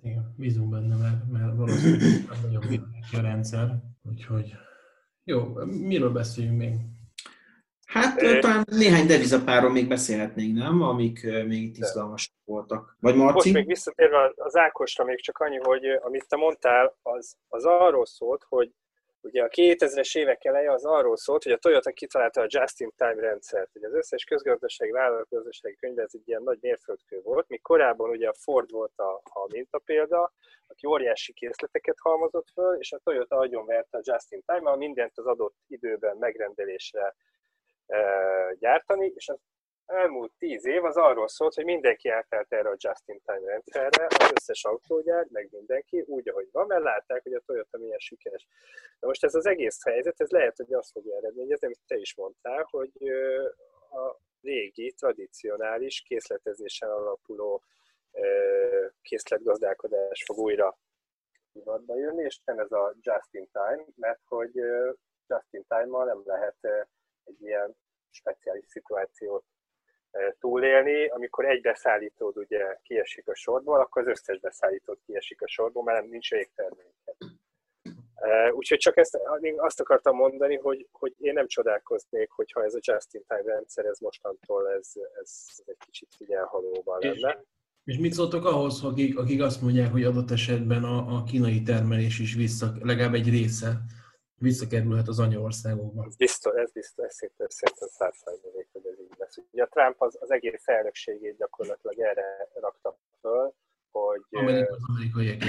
Igen, bízunk benne, mert valószínűleg nagyon működik a rendszer. Úgyhogy jó, miről beszéljünk még? Hát talán néhány devizapáról még beszélhetnénk, nem? Amik még itt izgalmasak voltak. Vagy Marci? Most még visszatérve az Ákosra, még csak annyi, hogy amit te mondtál, az arról szólt, hogy ugye a 2000-es évek eleje az arról szólt, hogy a Toyota kitalálta a just-in-time rendszert. Ugye az összes közgazdasági, vállalatgazdasági könyvben ez egy ilyen nagy mérföldkő volt, míg korábban ugye a Ford volt a mintapélda, aki óriási készleteket halmozott föl, és a Toyota agyonverte a just-in-time, mert mindent az adott időben megrendelésre gyártani, és az elmúlt 10 év az arról szólt, hogy mindenki átállt erre a just-in-time rendszerre, az összes autógyár, meg mindenki, úgy, ahogy van, mert látták, hogy a Toyota milyen sikeres. Na most ez az egész helyzet, ez lehet, hogy azt fogja eredményezni, amit te is mondtál, hogy a régi, tradicionális készletezésen alapuló készletgazdálkodás fog újra divatba jönni, és nem ez a just-in-time, mert hogy just-in-time-mal nem lehet egy ilyen speciális szituációt túlélni, amikor egy beszállítód ugye kiesik a sorból, akkor az összes beszállítód kiesik a sorból, mert nincs végterméked. Úgyhogy csak azt akartam mondani, hogy én nem csodálkoznék, hogyha ez a just-in-time rendszer, ez mostantól ez egy kicsit figyelhalóban lenne. És mit szóltok ahhoz, akik azt mondják, hogy adott esetben a kínai termelés is legalább egy része visszakerülhet az anyaországokba? Ez biztos, szerintem 100%, hogy ez így lesz. Ugye a Trump az egész elnökségét gyakorlatilag erre rakta föl, hogy... Az amerikaiak.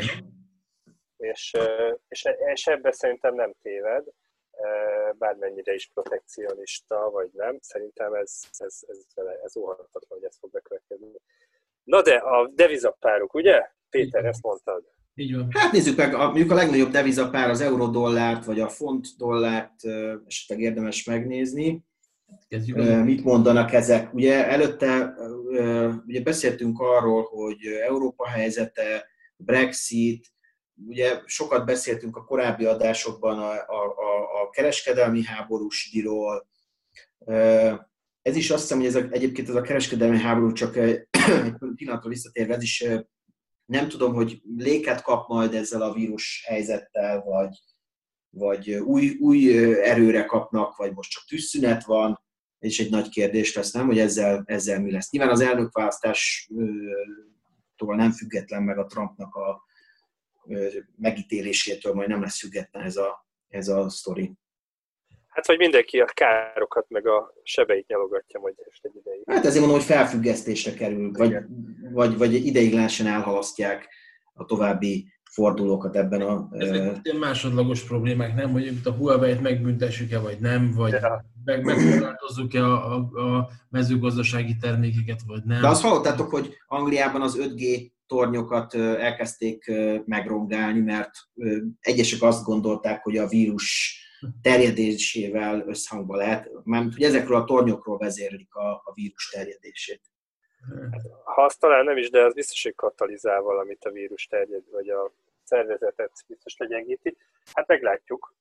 És ebben szerintem nem téved, bármennyire is protekcionista, vagy nem. Szerintem ez óhatatlan, hogy ez fog bekövetkezni. Na de a devizapárok, ugye? Péter, ezt mondtad. Így van. Hát nézzük meg, mondjuk a legnagyobb devizapár az euró-dollárt, vagy a font-dollárt esetleg érdemes megnézni. Mit mondanak ezek? Ugye előtte ugye beszéltünk arról, hogy Európa helyzete, Brexit, ugye sokat beszéltünk a korábbi adásokban a kereskedelmi háborús díjról. Ez is azt hiszem, hogy egyébként ez a kereskedelmi háború csak egy pillanatra visszatérve, ez is nem tudom, hogy léket kap majd ezzel a vírus helyzettel, vagy új erőre kapnak, vagy most csak tűzszünet van. Ez is egy nagy kérdés lesz, nem, hogy ezzel mi lesz. Nyilván az elnökválasztástól nem független, meg a Trumpnak a megítélésétől majd nem lesz független ez a sztori. Hát, hogy mindenki a károkat meg a sebeit nyalogatja majd este egy ideig. Hát ezért mondom, hogy felfüggesztésre kerül, vagy ideiglenesen elhalasztják a további fordulókat ebben a... Ezek másodlagos problémák, nem? Hogy a Huawei-t megbüntessük-e, vagy nem, vagy megkorlátozzuk-e a mezőgazdasági termékeket, vagy nem. De azt hallottátok, hogy Angliában az 5G tornyokat elkezdték megrongálni, mert egyesek azt gondolták, hogy a vírus terjedésével összhangban lehet, mármint hogy ezekről a tornyokról vezérlik a vírus terjedését. Ha azt talán nem is, de az biztos, hogy katalizál valamit a vírus terjed, vagy a szervezetet biztos legyengíti. Hát meglátjuk.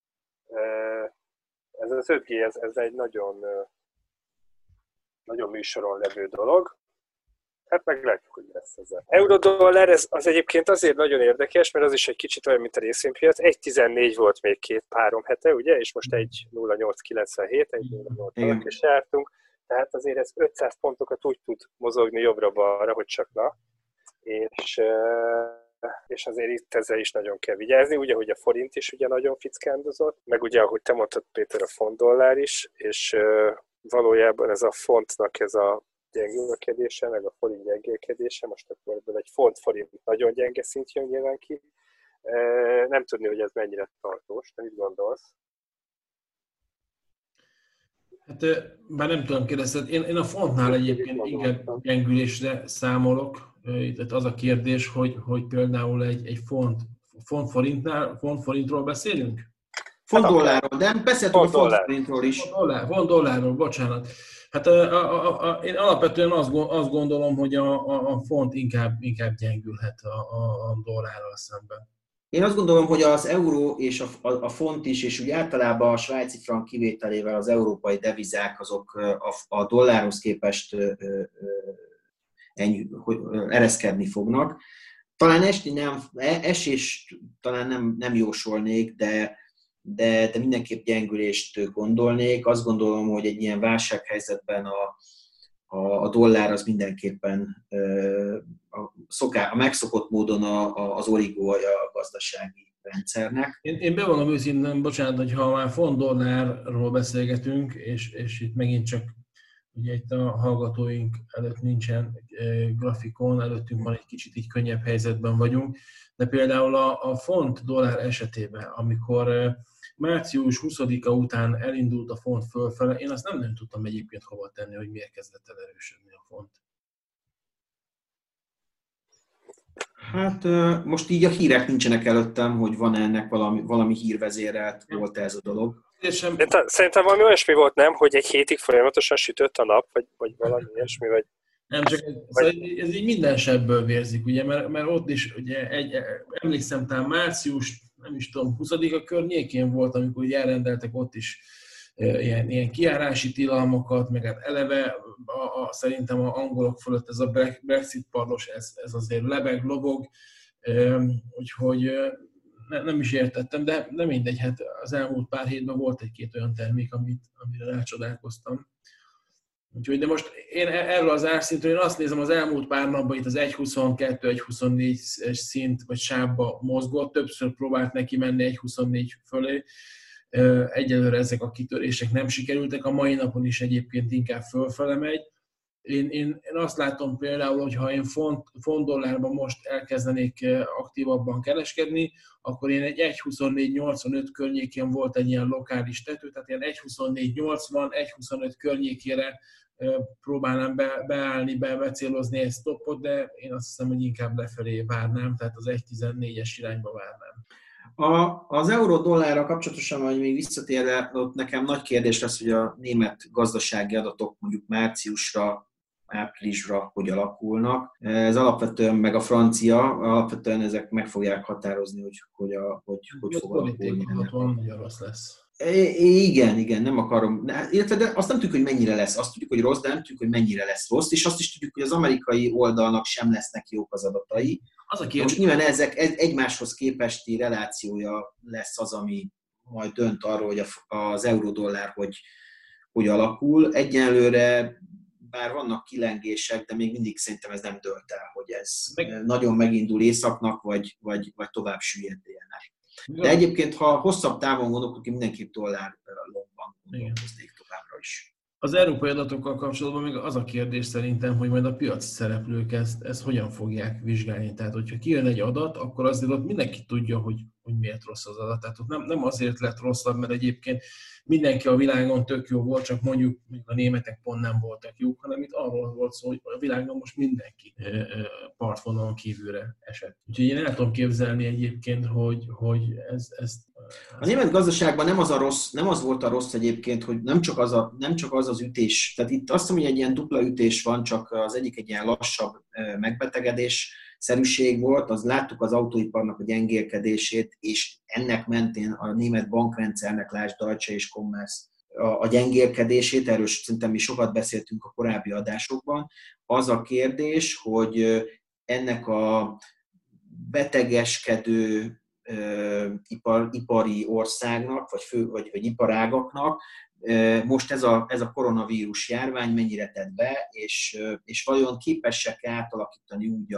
Ez az 5G, ez egy nagyon, nagyon műsoron levő dolog. Hát meglátjuk, hogy lesz ezzel. Euró-dollár, az egyébként azért nagyon érdekes, mert az is egy kicsit olyan, mint a részvénypiac. 1,14 volt még 2-3 hete, ugye? És most 1,0897, 1,08 is jártunk. Tehát azért ez 500 pontokat úgy tud mozogni jobbra-balra, hogy csak na. És azért itt ezzel is nagyon kell vigyázni, ugye, hogy a forint is ugye nagyon fickándozott, meg ugye, ahogy te mondtad, Péter, a font-dollár is, és valójában ez a fontnak ez a gyengülkedése, meg a forint gyengélkedése, most akkor ebből egy font-forint nagyon gyenge szint jön nyilván ki. Nem tudni, hogy ez mennyire tartós, te mit gondolsz? Hát bár nem tudom kérdezni, én a fontnál egyébként inkább gyengülésre számolok. Itt az a kérdés, hogy például egy font-forintról beszélünk? Font-dollárról, de beszéltünk a font-forintról is. Font-dollárról, bocsánat. Hát én alapvetően azt gondolom, hogy a font inkább gyengülhet a dollárral szemben. Én azt gondolom, hogy az euró és a font is, és úgy általában a svájci frank kivételével az európai devizák azok a dollárhoz képest ereszkedni fognak. Talán esés talán nem jósolnék, de mindenképp gyengülést gondolnék. Azt gondolom, hogy egy ilyen válsághelyzetben a dollár az mindenképpen a megszokott módon az origója a gazdasági rendszernek. Én bevallom őszintén, bocsánat, hogy ha már font-dollárról beszélgetünk, és itt megint csak ugye itt a hallgatóink előtt nincsen grafikon, előttünk van egy kicsit így könnyebb helyzetben vagyunk, de például a font-dollár esetében, amikor március 20-a után elindult a font fölfele, én azt nem tudtam egyébként hova tenni, hogy miért kezdett el erősödni a font. Hát most így a hírek nincsenek előttem, hogy van ennek valami hírvezérelt volt ez a dolog. Szerintem valami olyasmi volt, nem? Hogy egy hétig folyamatosan sütött a nap, vagy valami ilyesmi, vagy... Nem, csak ez így minden sebből vérzik, ugye, mert ott is, ugye, emlékszem, talán március, nem is tudom, 20-a környékén volt, amikor ugye elrendeltek ott is ilyen kijárási tilalmakat, meg hát eleve szerintem az angolok fölött ez a Brexit parlos, ez azért lebeg, lobog, úgyhogy nem is értettem, de mindegy, hát az elmúlt pár hétben volt egy-két olyan termék, amire rácsodálkoztam. Úgyhogy, de most én erről az árszintről én azt nézem, az elmúlt pár napban itt az 1.22, 1.24 szint vagy sávba mozgott, többször próbált neki menni 1.24 fölé. Egyelőre ezek a kitörések nem sikerültek, a mai napon is egyébként inkább fölfele megy. Én azt látom például, hogy ha én font-dollárban most elkezdenék aktívabban kereskedni, akkor én egy 1.24.85 környékén volt egy ilyen lokális tető, tehát ilyen 1.24.80, 1.25 környékére próbálnám beállni, becélozni egy stoppot, de én azt hiszem, hogy inkább lefelé várnám, tehát az 1.14-es irányba várnám. Az euró-dollárral kapcsolatosan, hogy még visszatérve, ott nekem nagy kérdés lesz, hogy a német gazdasági adatok mondjuk márciusra, áprilisra hogy alakulnak. Ez alapvetően, meg a francia, alapvetően ezek meg fogják határozni, hogy fog alakulni. Nagyon rossz lesz. Igen, nem akarom. Illetve de azt nem tudjuk, hogy mennyire lesz. Azt tudjuk, hogy rossz, de nem tudjuk, hogy mennyire lesz rossz, és azt is tudjuk, hogy az amerikai oldalnak sem lesznek jók az adatai. Most nyilván ezek egymáshoz képesti relációja lesz az, ami majd dönt arról, hogy az euró-dollár hogy alakul. Egyenlőre bár vannak kilengések, de még mindig szerintem ez nem dölt el, hogy ez nagyon megindul északnak, vagy tovább süllyed délnek. De egyébként, ha hosszabb távon gondolkodunk, mindenképp dollár lomban gondolkoznék továbbra is. Az európai adatokkal kapcsolatban még az a kérdés szerintem, hogy majd a piaci szereplők ezt hogyan fogják vizsgálni. Tehát, hogyha kijön egy adat, akkor azért ott mindenki tudja, hogy miért rossz az adat. Tehát ott nem azért lett rosszabb, mert egyébként mindenki a világon tök jó volt, csak mondjuk a németek pont nem voltak jók, hanem itt arról volt szó, hogy a világon most mindenki partvonalon kívülre esett. Úgyhogy én el tudom képzelni egyébként, hogy ez a német gazdaságban nem az volt a rossz egyébként, hogy nem csak az ütés, tehát itt azt mondom, hogy egy ilyen dupla ütés van, csak az egyik egy ilyen lassabb megbetegedés-szerűség volt, az láttuk az autóiparnak a gyengélkedését, és ennek mentén a német bankrendszernek, lásd Deutsche és Commerz a gyengélkedését, erről szerintem mi sokat beszéltünk a korábbi adásokban. Az a kérdés, hogy ennek a betegeskedő ipari országnak, vagy iparágaknak most ez a koronavírus járvány mennyire tett be, és vajon képesek átalakítani úgy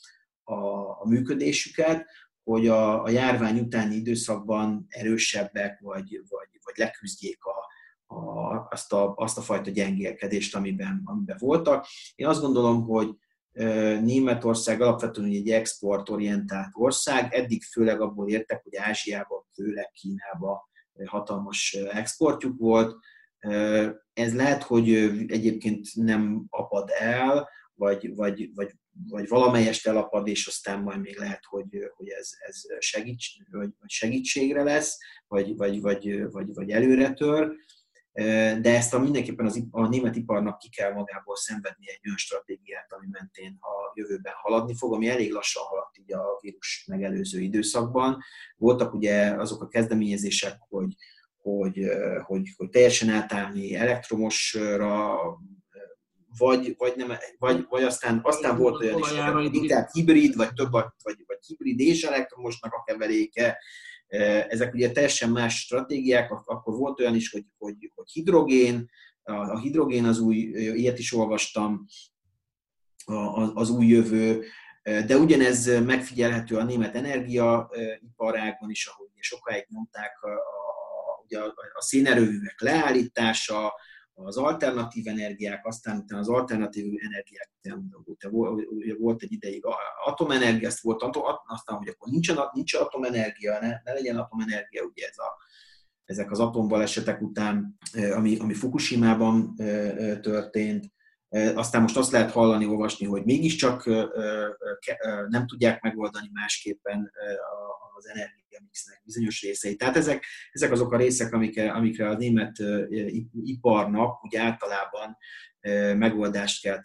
a működésüket, hogy a járvány utáni időszakban erősebbek, vagy leküzdjék azt a fajta gyengélkedést, amiben voltak. Én azt gondolom, hogy Németország alapvetően egy exportorientált ország, eddig főleg abból értek, hogy Ázsiában, főleg Kínába hatalmas exportjuk volt. Ez lehet, hogy egyébként nem apad el, vagy valamelyest elapad, és aztán majd még lehet, hogy ez segítségre lesz, vagy előre tör. De ezt mindenképpen a német iparnak ki kell magából szenvedni egy olyan stratégiát, ami mentén a jövőben haladni fog, ami elég lassan haladt így a vírus megelőző időszakban. Voltak ugye azok a kezdeményezések, hogy teljesen átállni elektromosra, vagy aztán volt olyan is, hogy tehát hibrid, vagy hibrid és elektromosnak a keveréke. Ezek ugye teljesen más stratégiák, akkor volt olyan is, hogy hidrogén, a hidrogén az új, ilyet is olvastam, az új jövő, de ugyanez megfigyelhető a német energiaiparágban is, ahogy sokáig nyomták a szénerőművek leállítása, az alternatív energiák, aztán az alternatív energiák, volt egy ideig atomenergia, aztán, hogy akkor nincs atomenergia, ne legyen atomenergia, ugye ezek az atombalesetek után, ami Fukushimában történt. Aztán most azt lehet hallani, olvasni, hogy mégiscsak nem tudják megoldani másképpen az energiamixnek bizonyos részeit. Tehát ezek azok a részek, amikre a német iparnak úgy általában megoldást kell,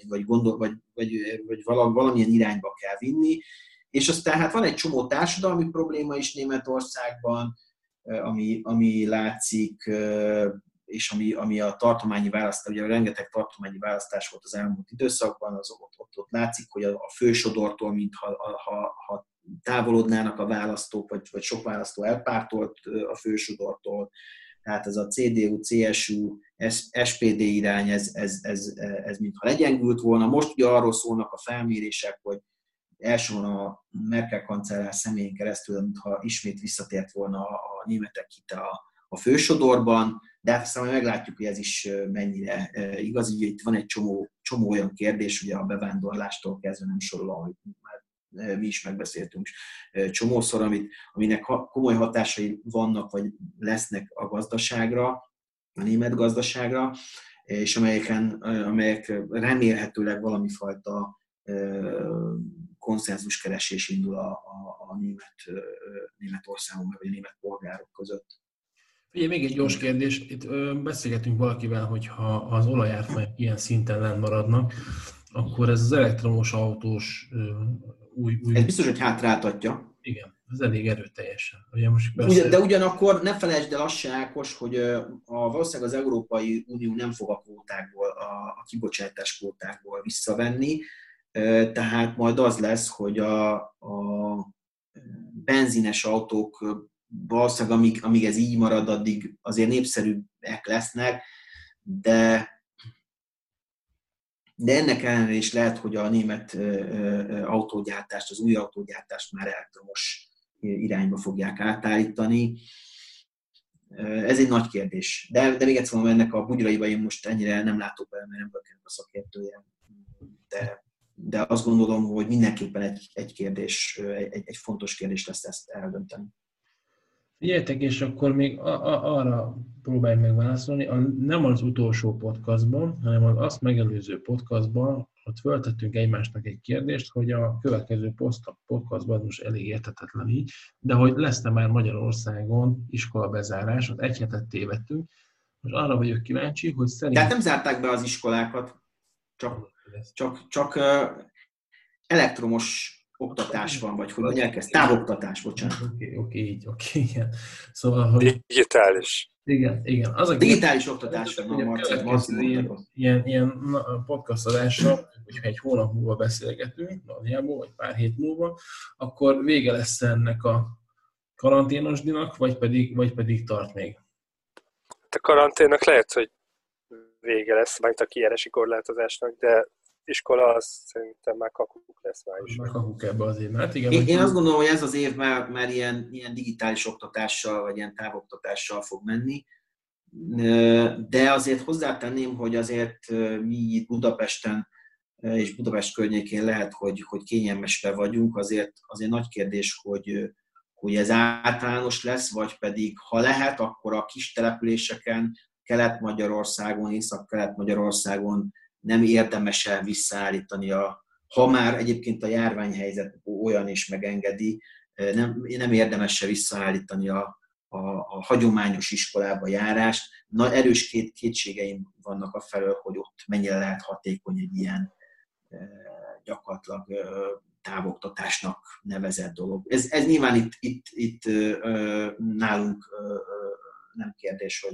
vagy valamilyen irányba kell vinni. És aztán hát van egy csomó társadalmi probléma is Németországban, ami látszik, és ami a tartományi választás, ugye rengeteg tartományi választás volt az elmúlt időszakban, ott látszik, hogy a fősodortól, mintha távolodnának a választók, vagy sok választó elpártolt a fősodortól. Tehát ez a CDU, CSU, SPD irány, ez mintha legyengült volna. Most ugye arról szólnak a felmérések, hogy elsősorban a Merkel kancellár személyén keresztül, mintha ismét visszatért volna a németek hite a fősodorban, de aztán majd meglátjuk, hogy ez is mennyire igaz. Ugye itt van egy csomó olyan kérdés, ugye a bevándorlástól kezdve nem sorolom, hogy már mi is megbeszéltünk csomószor, aminek komoly hatásai vannak, vagy lesznek a gazdaságra, a német gazdaságra, és amelyek remélhetőleg valami fajta konszenzuskeresés indul a Németországon, vagy a német polgárok között. Ugye még egy gyors kérdés, itt beszélgetünk valakivel, hogy ha az olajárfolyamok ilyen szinten lenn maradnak, akkor ez az elektromos autós új... Ez biztos, hogy hátráltatja. Igen, ez elég erőteljesen. Ugye most persze... De ugyanakkor ne felejtsd el azt se, Ákos, hogy valószínűleg az Európai Unió nem fog a kvótákból, a kibocsátás kvótákból visszavenni, tehát majd az lesz, hogy a benzines autók valószínűleg amíg ez így marad, addig azért népszerűek lesznek, de ennek ellenére is lehet, hogy a német autógyártást, az új autógyártást már elektromos irányba fogják átállítani. Ez egy nagy kérdés. De még egyszer mondom, ennek a bugyraiba én most ennyire nem látok bele, mert nem vagyok a szakértője. De azt gondolom, hogy mindenképpen egy kérdés, egy fontos kérdés lesz ezt eldönteni. Figyeljetek, és akkor még arra próbálj meg válaszolni, nem az utolsó podcastban, hanem az azt megelőző podcastban, ott föltettünk egymásnak egy kérdést, hogy a következő podcastban most elég érthetetlen így, de hogy lesz-e már Magyarországon iskolabezárás, ott egy hetet tévedtünk. Most arra vagyok kíváncsi, hogy szerintem... Tehát nem zárták be az iskolákat, csak elektromos oktatás van, vagy hogy mondják ezt? Távoktatás, bocsánat. Oké, igen. Szóval, hogy... Digitális. Igen. Az a digitális oktatás van, ilyen podcast adásra, hogyha egy hónap múlva beszélgetünk, nagyjából, vagy pár hét múlva, akkor vége lesz ennek a karanténosdinak, vagy pedig tart még? A karanténnak lehet, hogy vége lesz, majd a kijárási korlátozásnak, de iskola az szerintem már kakuk lesz már is. Már kakuk ebbe az évben. Hát igen, én azt gondolom, hogy ez az év már ilyen digitális oktatással, vagy ilyen távoktatással fog menni, de azért hozzátenném, hogy azért mi itt Budapesten és Budapest környékén lehet, hogy kényelmesre vagyunk, azért nagy kérdés, hogy ez általános lesz, vagy pedig ha lehet, akkor a kis településeken, Kelet-Magyarországon, Észak-Kelet-Magyarországon nem érdemes el visszaállítani, ha már egyébként a járványhelyzet olyan is megengedi, nem érdemes visszaállítani a hagyományos iskolába járást. Erős kétségeim vannak afelől, hogy ott mennyire lehet hatékony egy ilyen gyakorlatilag távoktatásnak nevezett dolog. Ez nyilván itt nálunk nem kérdés,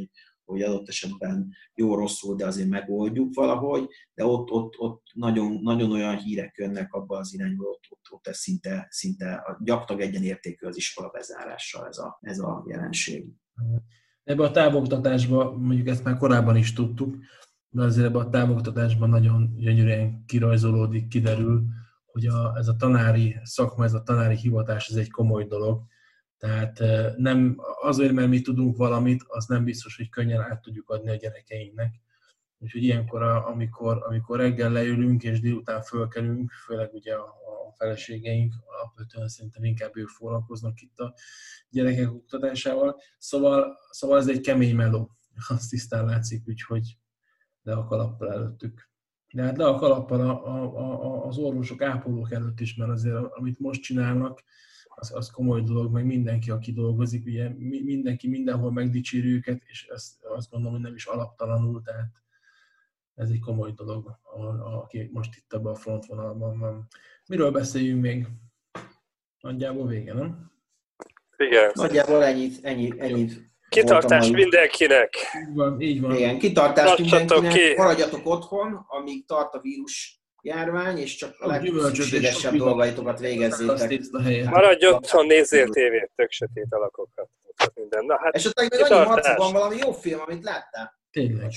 hogy adott esetben jó-rosszul, de azért megoldjuk valahogy, de ott nagyon, nagyon olyan hírek jönnek abba az irányba, ott ez szinte gyakorlatilag egyenértékű az iskola bezárással ez a jelenség. Ebbe a távoktatásban, mondjuk ezt már korábban is tudtuk, de azért ebben a távoktatásban nagyon gyönyörűen kirajzolódik, kiderül, hogy ez a tanári szakma, ez a tanári hivatás, ez egy komoly dolog. Tehát nem azért, mert mi tudunk valamit, az nem biztos, hogy könnyen át tudjuk adni a gyerekeinknek. Úgyhogy ilyenkor, amikor reggel leülünk és délután fölkelünk, főleg ugye a feleségeink, alapvetően szerintem inkább ők foglalkoznak itt a gyerekek oktatásával. Szóval ez egy kemény meló, azt tisztán látszik, úgyhogy le a kalappal előttük. De hát le a kalappal az orvosok, ápolók előtt is, mert azért amit most csinálnak, az komoly dolog, meg mindenki, aki dolgozik, ugye mindenki mindenhol megdicséri őket, és azt gondolom, hogy nem is alaptalanul, tehát ez egy komoly dolog, aki most itt ebben a frontvonalban van. Miről beszéljünk még? Nagyjából vége, nem? Igen. Nagyjából ennyit. Kitartás mindenkinek! Így van. Igen, kitartás mindenkinek. Maradjatok otthon, amíg tart a vírus járvány, és csak a legszükségesebb dolgaitokat végezzétek. Maradj otthon, nézzél tévét, tök sötét alakokat. Minden. Na, hát, esetleg még annyi Marci, van valami jó film, amit láttál? Tényleg.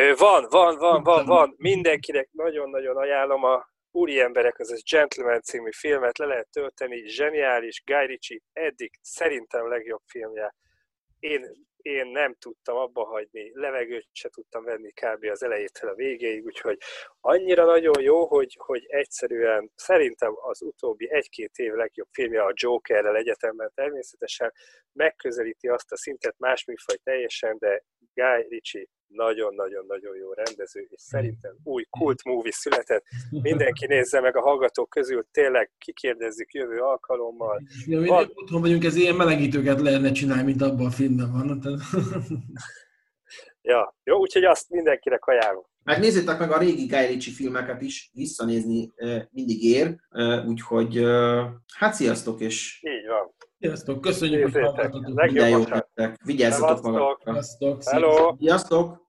Van. Mindenkinek nagyon-nagyon ajánlom a Úri emberek, az Gentleman című filmet, le lehet tölteni, zseniális, Guy Ritchie eddig szerintem legjobb filmje. Én nem tudtam abba hagyni, levegőt se tudtam venni kb. Az elejétől a végéig, úgyhogy annyira nagyon jó, hogy egyszerűen szerintem az utóbbi 1-2 év legjobb filmje a Jokerrel egyetemben természetesen megközelíti azt a szintet, más műfaj teljesen, de Guy Ritchie nagyon-nagyon-nagyon jó rendező, és szerintem új kult movie született. Mindenki nézze meg a hallgatók közül, tényleg kikérdezzük jövő alkalommal. Otthon vagyunk, ez ilyen melegítőket lehetne csinálni, mint abban a filmben van. Ja, jó, úgyhogy azt mindenkinek ajánlom. Megnézzétek meg a régi Guy Ritchie filmeket is, visszanézni mindig ér, úgyhogy hát sziasztok, és... Így van. Sziasztok, köszönjük, hogy hallgattatok. Minden jót nektek, vigyázzatok magatokra. Sziasztok. Hello. Sziasztok!